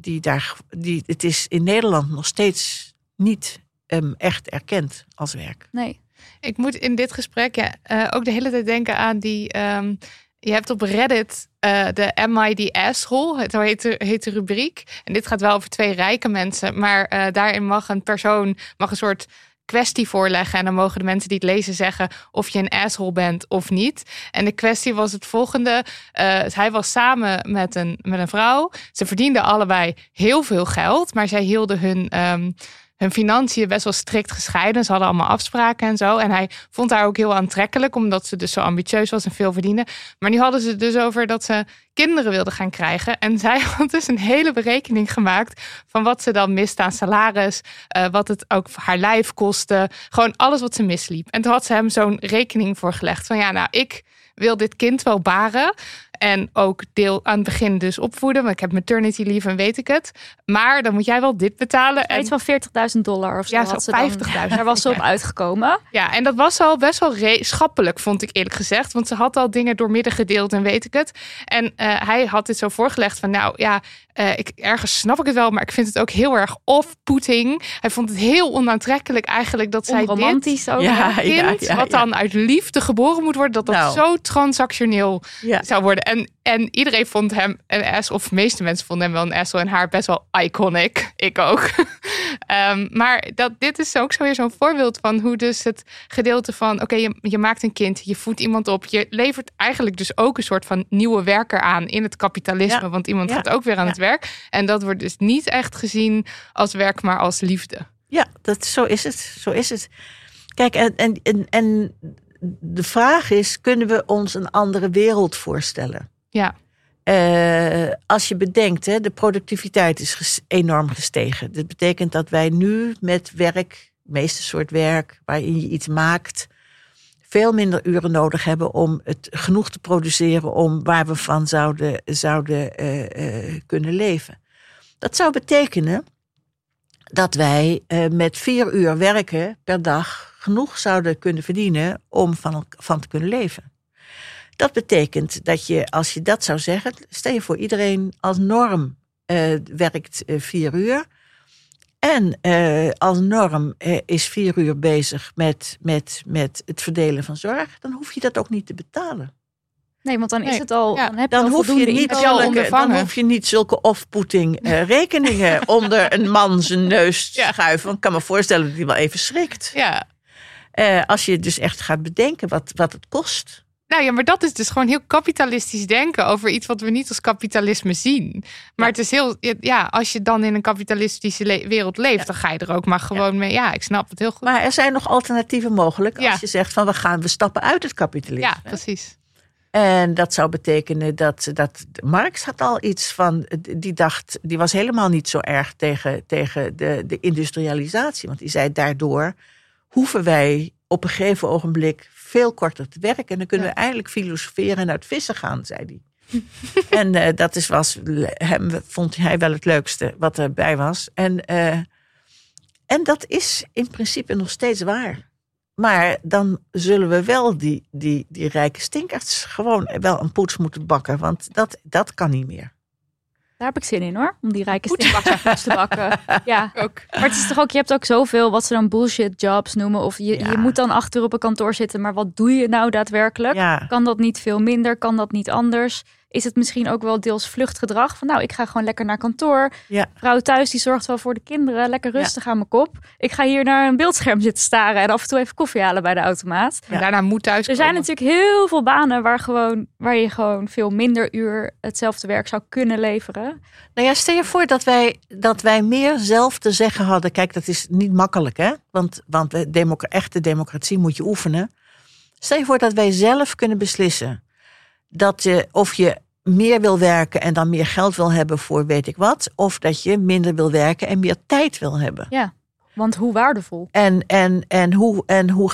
Het is in Nederland nog steeds niet echt erkend als werk. Nee. Ik moet in dit gesprek ook de hele tijd denken aan die... je hebt op Reddit de Am I the Asshole? Zo heet de rubriek. En dit gaat wel over 2 rijke mensen. Maar daarin mag een persoon een soort kwestie voorleggen. En dan mogen de mensen die het lezen zeggen of je een asshole bent of niet. En de kwestie was het volgende. Hij was samen met een vrouw. Ze verdienden allebei heel veel geld. Maar zij hielden hun financiën best wel strikt gescheiden. Ze hadden allemaal afspraken en zo. En hij vond haar ook heel aantrekkelijk, omdat ze dus zo ambitieus was en veel verdiende. Maar nu hadden ze het dus over dat ze kinderen wilde gaan krijgen. En zij had dus een hele berekening gemaakt van wat ze dan mist aan salaris. Wat het ook voor haar lijf kostte. Gewoon alles wat ze misliep. En toen had ze hem zo'n rekening voorgelegd. Van ik wil dit kind wel baren. En ook deel aan het begin dus opvoeden. Want ik heb maternity leave en weet ik het. Maar dan moet jij wel dit betalen. Iets van $40.000 of zo. Ja, zo 50.000. Daar was ze op uitgekomen. Ja, en dat was al best wel schappelijk, vond ik eerlijk gezegd. Want ze had al dingen doormidden gedeeld en weet ik het. En hij had dit zo voorgelegd van ergens snap ik het wel, maar ik vind het ook heel erg off-putting. Hij vond het heel onaantrekkelijk eigenlijk dat zij romantisch ook. Kind, wat dan uit liefde geboren moet worden, dat zo transactioneel zou worden. En iedereen vond hem een asshole, of de meeste mensen vonden hem wel een asshole en haar best wel iconic. Ik ook. Maar dit is ook zo weer zo'n voorbeeld van hoe dus het gedeelte van je maakt een kind, je voedt iemand op, je levert eigenlijk dus ook een soort van nieuwe werker aan in het kapitalisme, want iemand gaat ook weer aan het werk. En dat wordt dus niet echt gezien als werk, maar als liefde. Ja, zo is het. Zo is het. Kijk, en de vraag is, kunnen we ons een andere wereld voorstellen? Ja. Als je bedenkt, de productiviteit is enorm gestegen. Dat betekent dat wij nu met werk, het meeste soort werk, waarin je iets maakt, veel minder uren nodig hebben om het genoeg te produceren om waar we van zouden kunnen leven. Dat zou betekenen dat wij met 4 uur werken per dag genoeg zouden kunnen verdienen om van te kunnen leven. Dat betekent dat je, als je dat zou zeggen, stel je voor iedereen als norm werkt 4 uur. En als norm is 4 uur bezig met het verdelen van zorg. Dan hoef je dat ook niet te betalen. Nee, want dan is het al. Ja, dan heb je al voldoende dan hoef je niet zulke off-putting rekeningen onder een man zijn neus te schuiven. Want ik kan me voorstellen dat hij wel even schrikt. Ja. Als je dus echt gaat bedenken wat het kost. Nou ja, maar dat is dus gewoon heel kapitalistisch denken over iets wat we niet als kapitalisme zien. Maar het is heel, als je dan in een kapitalistische wereld leeft, dan ga je er ook maar gewoon mee. Ja, ik snap het heel goed. Maar er zijn nog alternatieven mogelijk als je zegt van we stappen uit het kapitalisme. Ja, precies. En dat zou betekenen dat Marx had al iets van, die was helemaal niet zo erg tegen de industrialisatie. Want die zei, daardoor hoeven wij op een gegeven ogenblik veel korter te werken. En dan kunnen we eindelijk filosoferen en uit vissen gaan, zei hij. En dat vond hij wel het leukste wat erbij was. En dat is in principe nog steeds waar. Maar dan zullen we wel die rijke stinkers gewoon wel een poets moeten bakken. Want dat kan niet meer. Daar heb ik zin in hoor, om die rijke stinkers te bakken. Ja, ook. Maar het is toch ook, je hebt ook zoveel wat ze dan bullshit jobs noemen. Of je moet dan achter op een kantoor zitten. Maar wat doe je nou daadwerkelijk? Ja. Kan dat niet veel minder? Kan dat niet anders? is het misschien ook wel deels vluchtgedrag. Van nou, ik ga gewoon lekker naar kantoor. Ja. Vrouw thuis, die zorgt wel voor de kinderen. Lekker rustig aan mijn kop. Ik ga hier naar een beeldscherm zitten staren en af en toe even koffie halen bij de automaat. En daarna moet thuis Er zijn natuurlijk heel veel banen waar je gewoon veel minder uur hetzelfde werk zou kunnen leveren. Nou ja, stel je voor dat wij meer zelf te zeggen hadden. Kijk, dat is niet makkelijk, hè? Want echte democratie moet je oefenen. Stel je voor dat wij zelf kunnen beslissen of je meer wil werken en dan meer geld wil hebben voor weet ik wat. Of dat je minder wil werken en meer tijd wil hebben. Ja, want hoe waardevol. En hoe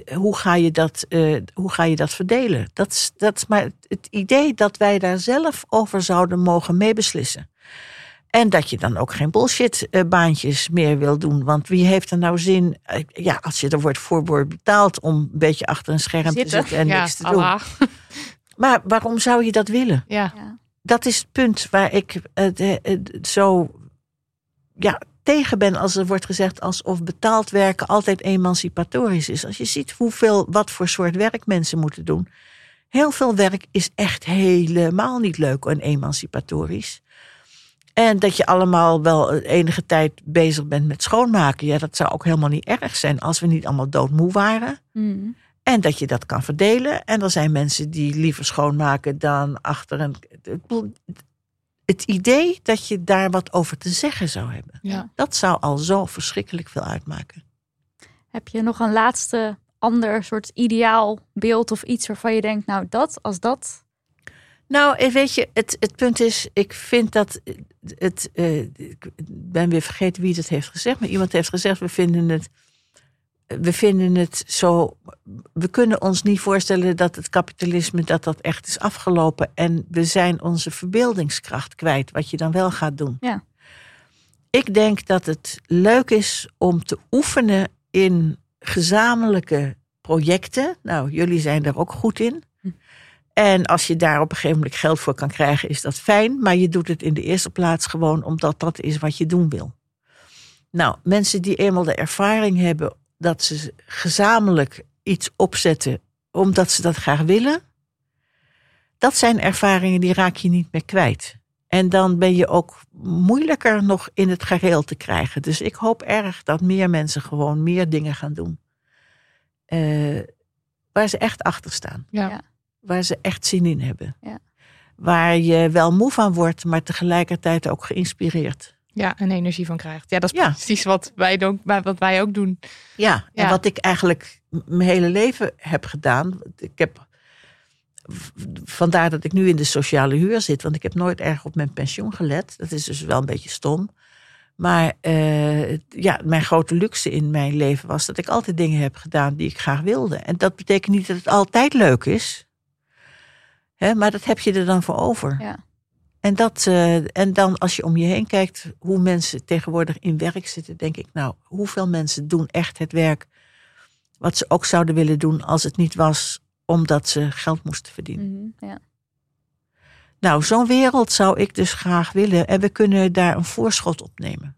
ga je dat verdelen? Dat is maar het idee dat wij daar zelf over zouden mogen meebeslissen. En dat je dan ook geen bullshit baantjes meer wil doen. Want wie heeft er nou zin, als je er wordt betaald om een beetje achter een scherm te zitten en niks te doen. Maar waarom zou je dat willen? Ja. Dat is het punt waar ik zo tegen ben als er wordt gezegd alsof betaald werken altijd emancipatorisch is. Als je ziet wat voor soort werk mensen moeten doen. Heel veel werk is echt helemaal niet leuk en emancipatorisch. En dat je allemaal wel enige tijd bezig bent met schoonmaken. Ja, dat zou ook helemaal niet erg zijn als we niet allemaal doodmoe waren. Mm. En dat je dat kan verdelen. En er zijn mensen die liever schoonmaken dan achter een... Het idee dat je daar wat over te zeggen zou hebben. Ja. Dat zou al zo verschrikkelijk veel uitmaken. Heb je nog een laatste ander soort ideaal beeld of iets waarvan je denkt, nou dat... Nou, weet je, het punt is, ik vind dat ik ben weer vergeten wie het heeft gezegd, maar iemand heeft gezegd, we vinden het zo, we kunnen ons niet voorstellen dat het kapitalisme dat echt is afgelopen en we zijn onze verbeeldingskracht kwijt, wat je dan wel gaat doen. Ja. Ik denk dat het leuk is om te oefenen in gezamenlijke projecten. Nou, jullie zijn daar ook goed in. En als je daar op een gegeven moment geld voor kan krijgen, is dat fijn. Maar je doet het in de eerste plaats gewoon omdat dat is wat je doen wil. Nou, mensen die eenmaal de ervaring hebben dat ze gezamenlijk iets opzetten omdat ze dat graag willen. Dat zijn ervaringen die raak je niet meer kwijt. En dan ben je ook moeilijker nog in het gareel te krijgen. Dus ik hoop erg dat meer mensen gewoon meer dingen gaan doen. Waar ze echt achter staan. Ja. Waar ze echt zin in hebben. Ja. Waar je wel moe van wordt, maar tegelijkertijd ook geïnspireerd. Ja, en energie van krijgt. Ja, dat is precies wat wij ook doen. Ja, en wat ik eigenlijk mijn hele leven heb gedaan. Vandaar dat ik nu in de sociale huur zit. Want ik heb nooit erg op mijn pensioen gelet. Dat is dus wel een beetje stom. Maar mijn grote luxe in mijn leven was dat ik altijd dingen heb gedaan die ik graag wilde. En dat betekent niet dat het altijd leuk is. Maar dat heb je er dan voor over. Ja. En dan als je om je heen kijkt hoe mensen tegenwoordig in werk zitten, denk ik, nou, hoeveel mensen doen echt het werk wat ze ook zouden willen doen als het niet was omdat ze geld moesten verdienen. Mm-hmm, ja. Nou, zo'n wereld zou ik dus graag willen en we kunnen daar een voorschot op nemen.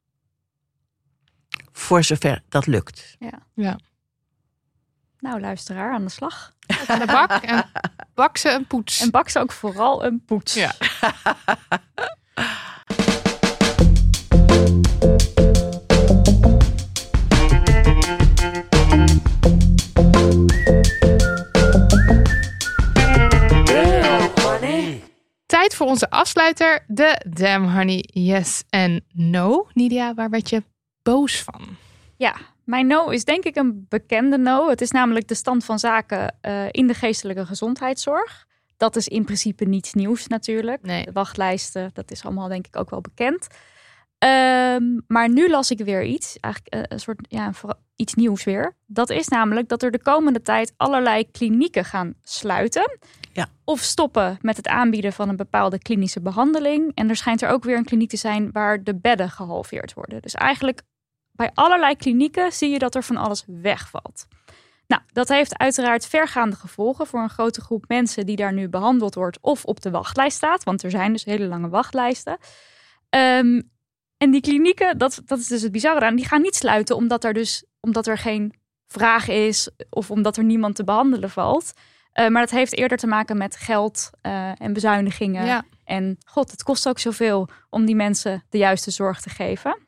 Voor zover dat lukt. Ja. Nou, luisteraar, aan de slag. Aan de bak en bak ze een poets. En bak ze ook vooral een poets. Ja. Tijd voor onze afsluiter, de Damn Honey Yes en No. Nidia, waar werd je boos van? Ja, mijn no is denk ik een bekende no. Het is namelijk de stand van zaken in de geestelijke gezondheidszorg. Dat is in principe niets nieuws natuurlijk. Nee. De wachtlijsten, dat is allemaal denk ik ook wel bekend. Maar nu las ik weer iets, eigenlijk een soort iets nieuws weer. Dat is namelijk dat er de komende tijd allerlei klinieken gaan sluiten. Ja. Of stoppen met het aanbieden van een bepaalde klinische behandeling. En er schijnt er ook weer een kliniek te zijn waar de bedden gehalveerd worden. Dus eigenlijk bij allerlei klinieken zie je dat er van alles wegvalt. Nou, dat heeft uiteraard vergaande gevolgen voor een grote groep mensen die daar nu behandeld wordt of op de wachtlijst staat. Want er zijn dus hele lange wachtlijsten. En die klinieken, dat is dus het bizarre aan, die gaan niet sluiten omdat er geen vraag is of omdat er niemand te behandelen valt. Maar dat heeft eerder te maken met geld en bezuinigingen. Ja. En het kost ook zoveel om die mensen de juiste zorg te geven.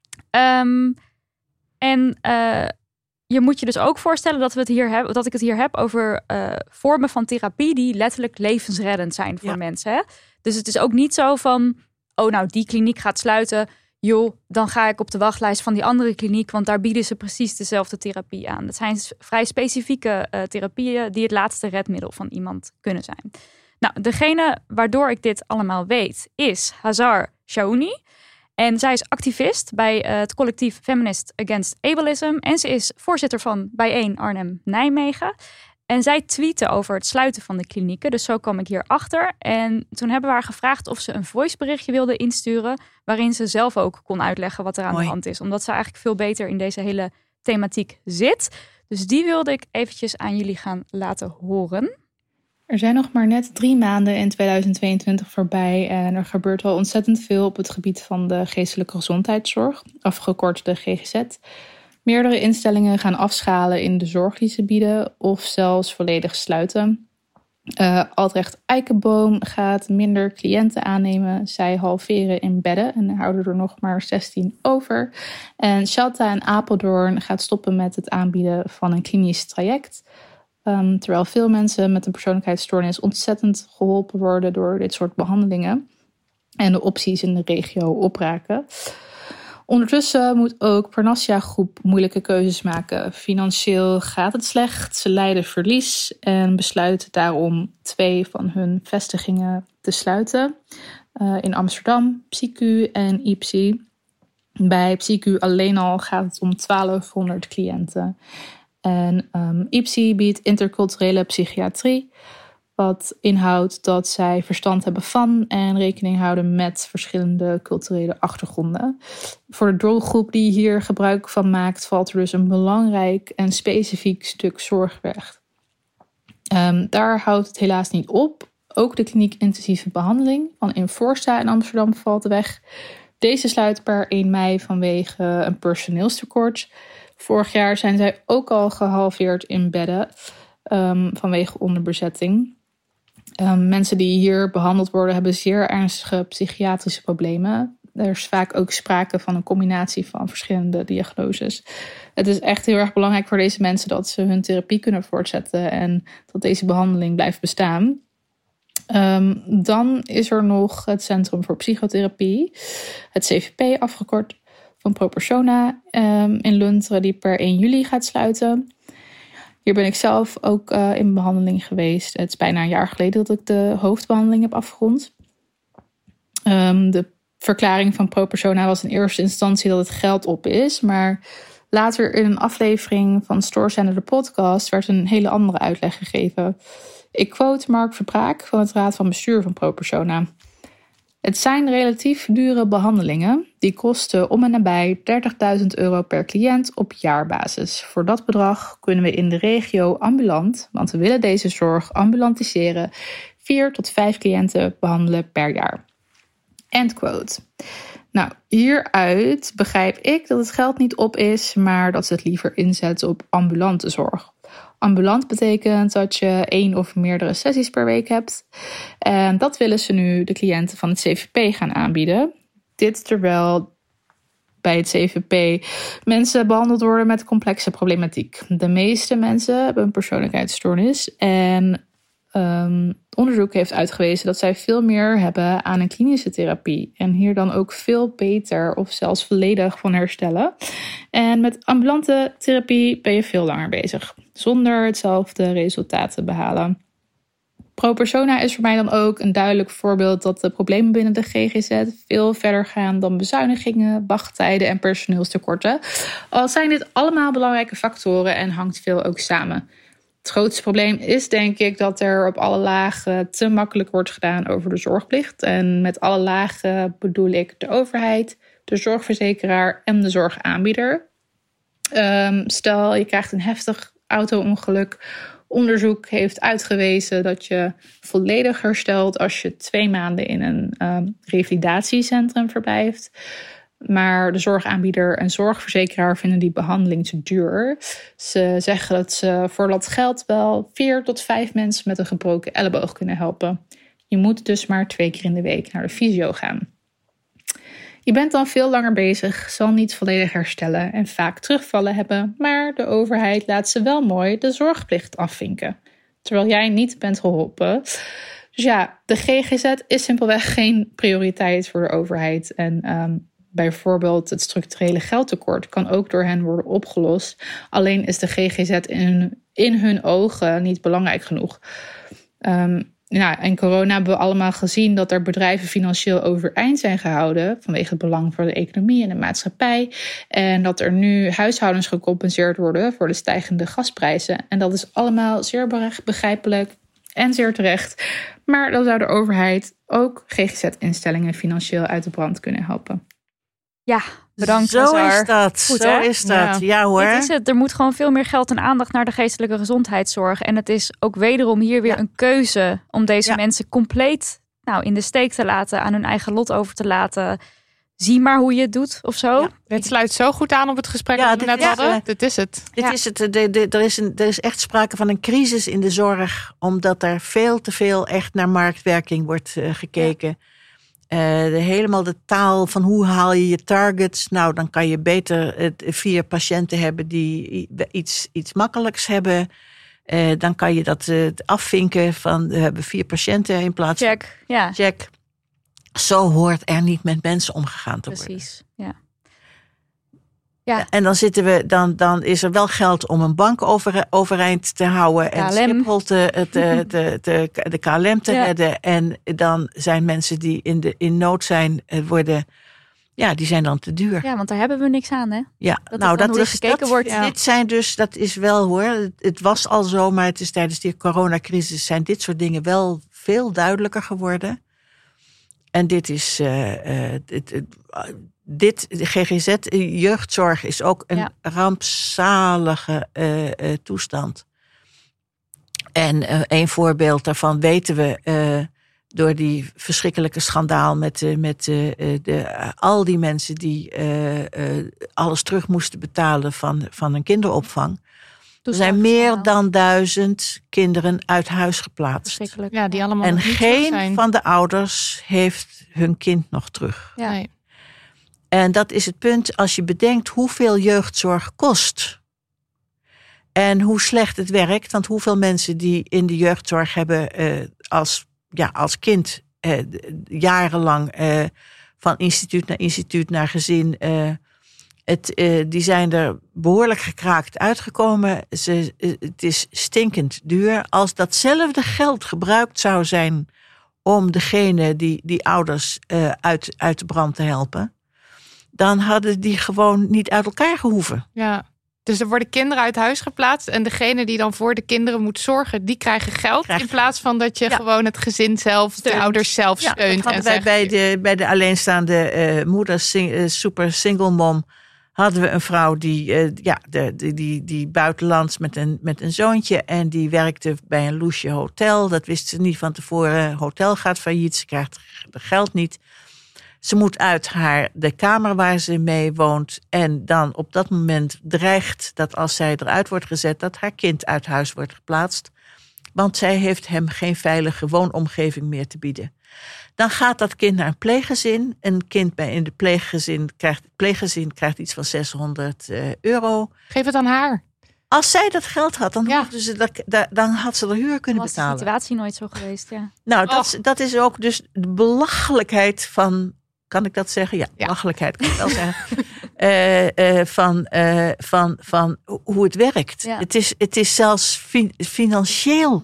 Je moet je dus ook voorstellen dat ik het hier heb over vormen van therapie die letterlijk levensreddend zijn voor mensen. Hè? Dus het is ook niet zo van, die kliniek gaat sluiten. Joh, dan ga ik op de wachtlijst van die andere kliniek, want daar bieden ze precies dezelfde therapie aan. Dat zijn vrij specifieke therapieën die het laatste redmiddel van iemand kunnen zijn. Nou, degene waardoor ik dit allemaal weet is Hazar Shaouni. En zij is activist bij het collectief Feminist Against Ableism. En ze is voorzitter van Bijeen Arnhem-Nijmegen. En zij tweette over het sluiten van de klinieken. Dus zo kwam ik hierachter. En toen hebben we haar gevraagd of ze een voiceberichtje wilde insturen, waarin ze zelf ook kon uitleggen wat er aan de hand is. Omdat ze eigenlijk veel beter in deze hele thematiek zit. Dus die wilde ik eventjes aan jullie gaan laten horen. Er zijn nog maar net 3 maanden in 2022 voorbij en er gebeurt al ontzettend veel op het gebied van de geestelijke gezondheidszorg, afgekort de GGZ. Meerdere instellingen gaan afschalen in de zorg die ze bieden of zelfs volledig sluiten. Altrecht Eikenboom gaat minder cliënten aannemen. Zij halveren in bedden en houden er nog maar 16 over. En Shalta in Apeldoorn gaat stoppen met het aanbieden van een klinisch traject. Terwijl veel mensen met een persoonlijkheidsstoornis ontzettend geholpen worden door dit soort behandelingen. En de opties in de regio opraken. Ondertussen moet ook Parnassia Groep moeilijke keuzes maken. Financieel gaat het slecht, ze lijden verlies en besluiten daarom 2 van hun vestigingen te sluiten. In Amsterdam, PsyQ en IPSI. Bij PsyQ alleen al gaat het om 1200 cliënten. En IPSI biedt interculturele psychiatrie, wat inhoudt dat zij verstand hebben van en rekening houden met verschillende culturele achtergronden. Voor de doelgroep die hier gebruik van maakt, valt er dus een belangrijk en specifiek stuk zorg weg. Daar houdt het helaas niet op. Ook de kliniek intensieve behandeling van Inforsa in Amsterdam valt weg. Deze sluit per 1 mei vanwege een personeelstekort. Vorig jaar zijn zij ook al gehalveerd in bedden vanwege onderbezetting. Mensen die hier behandeld worden hebben zeer ernstige psychiatrische problemen. Er is vaak ook sprake van een combinatie van verschillende diagnoses. Het is echt heel erg belangrijk voor deze mensen dat ze hun therapie kunnen voortzetten en dat deze behandeling blijft bestaan. Dan is er nog het Centrum voor Psychotherapie, het CVP afgekort, van ProPersona in Lunteren, die per 1 juli gaat sluiten. Hier ben ik zelf ook in behandeling geweest. Het is bijna een jaar geleden dat ik de hoofdbehandeling heb afgerond. De verklaring van ProPersona was in eerste instantie dat het geld op is. Maar later in een aflevering van Stoorzender de podcast werd een hele andere uitleg gegeven. Ik quote Mark Verbraak van het Raad van Bestuur van ProPersona. Het zijn relatief dure behandelingen. Die kosten om en nabij €30.000 per cliënt op jaarbasis. Voor dat bedrag kunnen we in de regio ambulant, want we willen deze zorg ambulantiseren, 4 tot 5 cliënten behandelen per jaar. End quote. Nou, hieruit begrijp ik dat het geld niet op is, maar dat ze het liever inzetten op ambulante zorg. Ambulant betekent dat je 1 of meerdere sessies per week hebt. En dat willen ze nu de cliënten van het CVP gaan aanbieden. Dit terwijl bij het CVP mensen behandeld worden met complexe problematiek. De meeste mensen hebben een persoonlijkheidsstoornis. En onderzoek heeft uitgewezen dat zij veel meer hebben aan een klinische therapie. En hier dan ook veel beter of zelfs volledig van herstellen. En met ambulante therapie ben je veel langer bezig, zonder hetzelfde resultaat te behalen. ProPersona is voor mij dan ook een duidelijk voorbeeld dat de problemen binnen de GGZ veel verder gaan dan bezuinigingen, wachttijden en personeelstekorten. Al zijn dit allemaal belangrijke factoren en hangt veel ook samen. Het grootste probleem is denk ik dat er op alle lagen te makkelijk wordt gedaan over de zorgplicht. En met alle lagen bedoel ik de overheid, de zorgverzekeraar en de zorgaanbieder. Stel je krijgt een heftig auto-ongeluk. Onderzoek heeft uitgewezen dat je volledig herstelt als je 2 maanden in een revalidatiecentrum verblijft. Maar de zorgaanbieder en zorgverzekeraar vinden die behandeling te duur. Ze zeggen dat ze voor dat geld wel 4 tot 5 mensen met een gebroken elleboog kunnen helpen. Je moet dus maar 2 keer in de week naar de fysio gaan. Je bent dan veel langer bezig, zal niet volledig herstellen en vaak terugvallen hebben, maar de overheid laat ze wel mooi de zorgplicht afvinken, terwijl jij niet bent geholpen. Dus ja, de GGZ is simpelweg geen prioriteit voor de overheid. En bijvoorbeeld het structurele geldtekort kan ook door hen worden opgelost. Alleen is de GGZ in hun ogen niet belangrijk genoeg. In corona hebben we allemaal gezien dat er bedrijven financieel overeind zijn gehouden vanwege het belang voor de economie en de maatschappij. En dat er nu huishoudens gecompenseerd worden voor de stijgende gasprijzen. En dat is allemaal zeer begrijpelijk en zeer terecht. Maar dan zou de overheid ook GGZ-instellingen financieel uit de brand kunnen helpen. Ja, bedankt. Zo is dat. Goed, zo hè? is dat. Ja hoor. Dit is het. Er moet gewoon veel meer geld en aandacht naar de geestelijke gezondheidszorg. En het is ook wederom hier weer een keuze om deze mensen compleet in de steek te laten, aan hun eigen lot over te laten. Zie maar hoe je het doet of zo. Ja, dit sluit zo goed aan op het gesprek dat we net hadden. Dit is het. Dit is het. Er is echt sprake van een crisis in de zorg, omdat er veel te veel echt naar marktwerking wordt gekeken. Helemaal de taal van hoe haal je je targets. Nou, dan kan je beter 4 patiënten hebben die iets makkelijks hebben. Dan kan je dat afvinken van we hebben 4 patiënten in plaats van check. Zo hoort er niet met mensen omgegaan te worden. Precies, ja. En dan is er wel geld om een bank overeind te houden. En Schiphol de KLM te redden. En dan zijn mensen die in nood zijn die zijn dan te duur. Ja, want daar hebben we niks aan, hè? Ja, dit zijn dus, dat is wel hoor. Het was al zo, maar het is tijdens die coronacrisis zijn dit soort dingen wel veel duidelijker geworden. En dit is de GGZ, jeugdzorg, is ook een rampzalige toestand. En een voorbeeld daarvan weten we door die verschrikkelijke schandaal met al die mensen die alles terug moesten betalen van een kinderopvang. Er zijn meer dan 1000 kinderen uit huis geplaatst. Ja, die allemaal en geen van de ouders heeft hun kind nog terug. Ja. Nee. En dat is het punt als je bedenkt hoeveel jeugdzorg kost. En hoe slecht het werkt. Want hoeveel mensen die in de jeugdzorg hebben als kind jarenlang van instituut naar gezin. Die zijn er behoorlijk gekraakt uitgekomen. Het is stinkend duur. Als datzelfde geld gebruikt zou zijn om degene die ouders uit de brand te helpen, dan hadden die gewoon niet uit elkaar gehoeven. Ja, dus er worden kinderen uit huis geplaatst en degene die dan voor de kinderen moet zorgen, die krijgen geld in plaats van dat je gewoon het gezin zelf, de ouders zelf steunt. Dat hadden wij bij de alleenstaande moeder, super single mom, hadden we een vrouw die buitenlands met een zoontje en die werkte bij een loesje hotel. Dat wist ze niet van tevoren. Hotel gaat failliet, ze krijgt het geld niet. Ze moet uit de kamer waar ze mee woont en dan op dat moment dreigt dat als zij eruit wordt gezet, dat haar kind uit huis wordt geplaatst. Want zij heeft hem geen veilige woonomgeving meer te bieden. Dan gaat dat kind naar een pleeggezin. Een kind in het pleeggezin krijgt iets van €600. Geef het aan haar. Als zij dat geld had, dan had ze de huur kunnen betalen. Was de situatie nooit zo geweest, ja. Nou, dat is ook dus de belachelijkheid van, kan ik dat zeggen? Ja, belachelijkheid kan ik wel zeggen. Van hoe het werkt. Ja. Het is zelfs financieel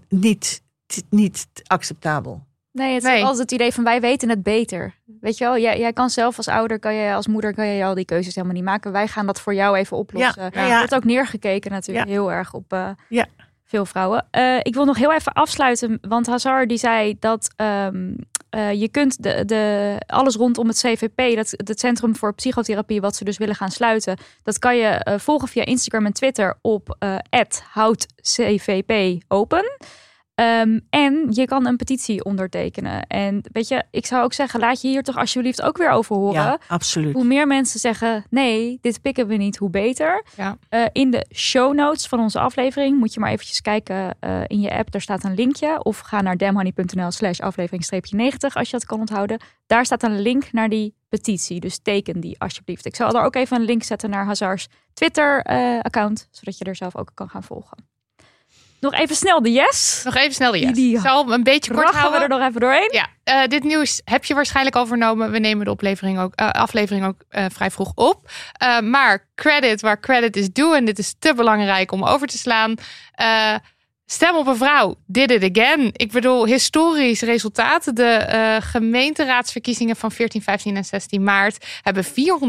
niet acceptabel. Nee, het is altijd het idee van wij weten het beter. Weet je wel, jij kan zelf als ouder, als moeder kan je al die keuzes helemaal niet maken. Wij gaan dat voor jou even oplossen. Er wordt ook neergekeken natuurlijk heel erg op veel vrouwen. Ik wil nog heel even afsluiten, want Hazar die zei dat je kunt alles rondom het CVP, het Centrum voor Psychotherapie, wat ze dus willen gaan sluiten, dat kan je volgen via Instagram en Twitter op @houdcvpopen. En je kan een petitie ondertekenen. En weet je, ik zou ook zeggen, laat je hier toch alsjeblieft ook weer over horen. Ja, absoluut. Hoe meer mensen zeggen, nee, dit pikken we niet, hoe beter. Ja. In de show notes van onze aflevering moet je maar eventjes kijken in je app. Daar staat een linkje. Of ga naar damhoney.nl/aflevering-90 als je dat kan onthouden. Daar staat een link naar die petitie. Dus teken die alsjeblieft. Ik zal er ook even een link zetten naar Hazar's Twitter-account. Zodat je er zelf ook kan gaan volgen. Nog even snel de yes. Nog even snel de yes. Die Ik zal hem een beetje kort houden. we er nog even doorheen. Ja, dit nieuws heb je waarschijnlijk al vernomen. We nemen de aflevering ook vrij vroeg op. Maar credit waar credit is due. En dit is te belangrijk om over te slaan. Stem op een vrouw. Did it again. Ik bedoel, historisch resultaat. De gemeenteraadsverkiezingen van 14, 15 en 16 maart hebben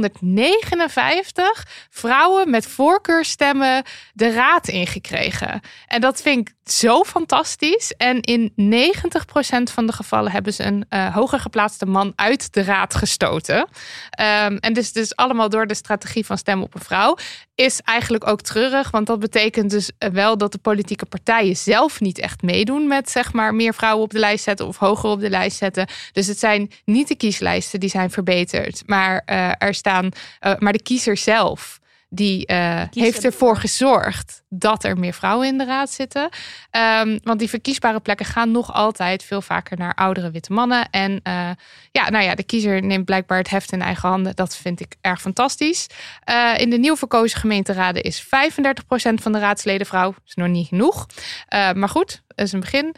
459 vrouwen met voorkeurstemmen de raad ingekregen. En dat vind ik zo fantastisch. En in 90% van de gevallen hebben ze een hoger geplaatste man uit de raad gestoten. En dus allemaal door de strategie van stem op een vrouw. Is eigenlijk ook treurig, want dat betekent dus wel dat de politieke partijen zelf niet echt meedoen met zeg maar meer vrouwen op de lijst zetten of hoger op de lijst zetten. Dus het zijn niet de kieslijsten die zijn verbeterd, maar maar de kiezer zelf die heeft ervoor gezorgd dat er meer vrouwen in de raad zitten. Want die verkiesbare plekken gaan nog altijd veel vaker naar oudere witte mannen. En de kiezer neemt blijkbaar het heft in eigen handen. Dat vind ik erg fantastisch. In de nieuw verkozen gemeenteraden is 35% van de raadsleden vrouw. Dat is nog niet genoeg. Maar goed, dat is een begin.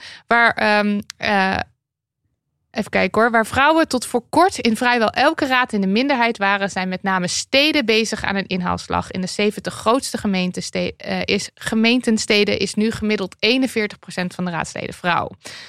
Even kijken hoor. Waar vrouwen tot voor kort in vrijwel elke raad in de minderheid waren, zijn met name steden bezig aan een inhaalslag. In de 70 grootste gemeentensteden is nu gemiddeld 41% van de raadsleden vrouw.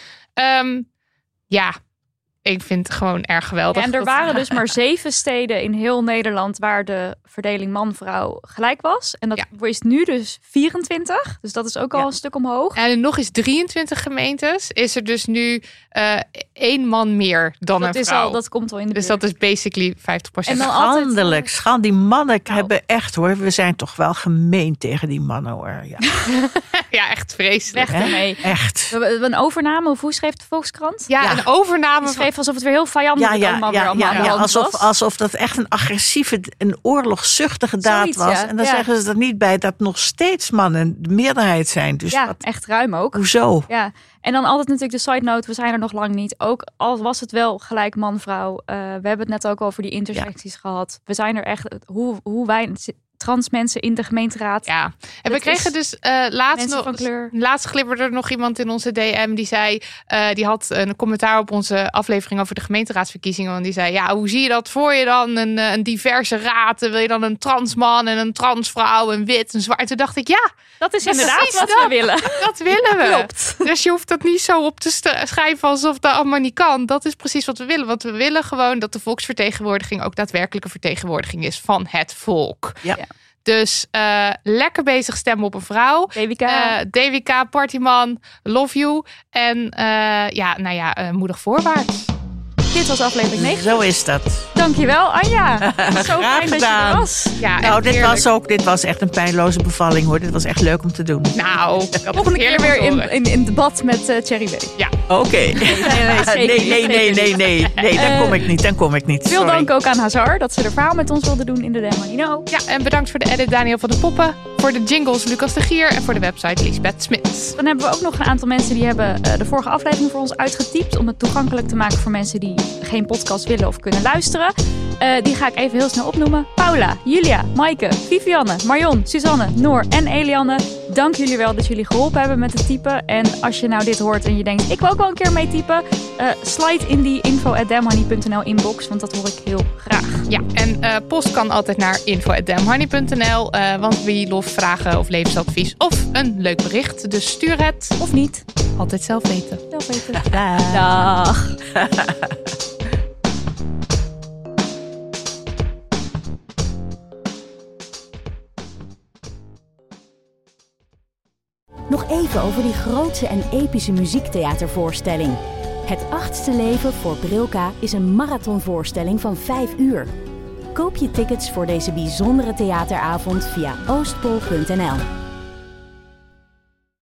Ik vind het gewoon erg geweldig. Ja, en er waren dus maar 7 steden in heel Nederland waar de verdeling man-vrouw gelijk was. En dat is nu dus 24. Dus dat is ook al een stuk omhoog. En in nog eens 23 gemeentes is er dus nu 1 man meer dan een vrouw. Dat komt al in de buurt. Dus dat is basically 50%. En dan Schandelijk. Die mannen hebben echt hoor. We zijn toch wel gemeen tegen die mannen hoor. Ja, ja echt vreselijk. Weg ermee. Echt. We hebben een overname. Of hoe schreef de Volkskrant? Ja, een overname. Die schreef alsof het weer heel vijandig alsof dat echt een agressieve, een oorlogszuchtige daad was. En dan zeggen ze er niet bij dat nog steeds mannen de meerderheid zijn. Dus echt ruim ook. Hoezo? Ja. En dan altijd natuurlijk de side note, we zijn er nog lang niet. Ook al was het wel gelijk man-vrouw. We hebben het net ook over die intersecties gehad. We zijn er echt, hoe wij trans mensen in de gemeenteraad. Ja, en we kregen dus laatst glibberde er nog iemand in onze DM die zei, die had een commentaar op onze aflevering over de gemeenteraadsverkiezingen. En die zei, hoe zie je dat voor je dan? Een diverse raad, wil je dan een transman en een transvrouw, een wit, een zwart? Toen dacht ik, dat is inderdaad wat we willen. Dat willen we. Klopt. Dus je hoeft dat niet zo op te schrijven alsof dat allemaal niet kan. Dat is precies wat we willen. Want we willen gewoon dat de volksvertegenwoordiging ook daadwerkelijke vertegenwoordiging is van het volk. Ja. Dus lekker bezig stemmen op een vrouw. DWK, Partyman, love you. En moedig voorwaarts. Dit was aflevering 9. Zo is dat. Dankjewel, Anja. Zo fijn dat je er was. Ja, dit was echt een pijnloze bevalling hoor. Dit was echt leuk om te doen. Nou, volgende keer weer in debat met Cherry B. Ja. Oké. Nee, dan kom ik niet. Veel dank ook aan Hazar dat ze de verhaal met ons wilde doen in de Demo. Ja, en bedankt voor de edit Daniel van de Poppen. Voor de jingles Lucas de Gier. En voor de website Liesbeth Smits. Dan hebben we ook nog een aantal mensen die hebben de vorige aflevering voor ons uitgetypt. Om het toegankelijk te maken voor mensen die geen podcast willen of kunnen luisteren. Die ga ik even heel snel opnoemen. Paula, Julia, Maaike, Vivianne, Marion, Suzanne, Noor en Elianne. Dank jullie wel dat jullie geholpen hebben met het typen. En als je nou dit hoort en je denkt, ik wil ook wel een keer mee typen. Slide in die info@damhoney.nl inbox, want dat hoor ik heel graag. Ja, en post kan altijd naar info@damhoney.nl. Want wie loft, vragen of levensadvies of een leuk bericht. Dus stuur het. Of niet. Altijd zelf weten. Dag. Nog even over die grootse en epische muziektheatervoorstelling. Het 8e leven voor Brilka is een marathonvoorstelling van 5 uur. Koop je tickets voor deze bijzondere theateravond via oostpol.nl.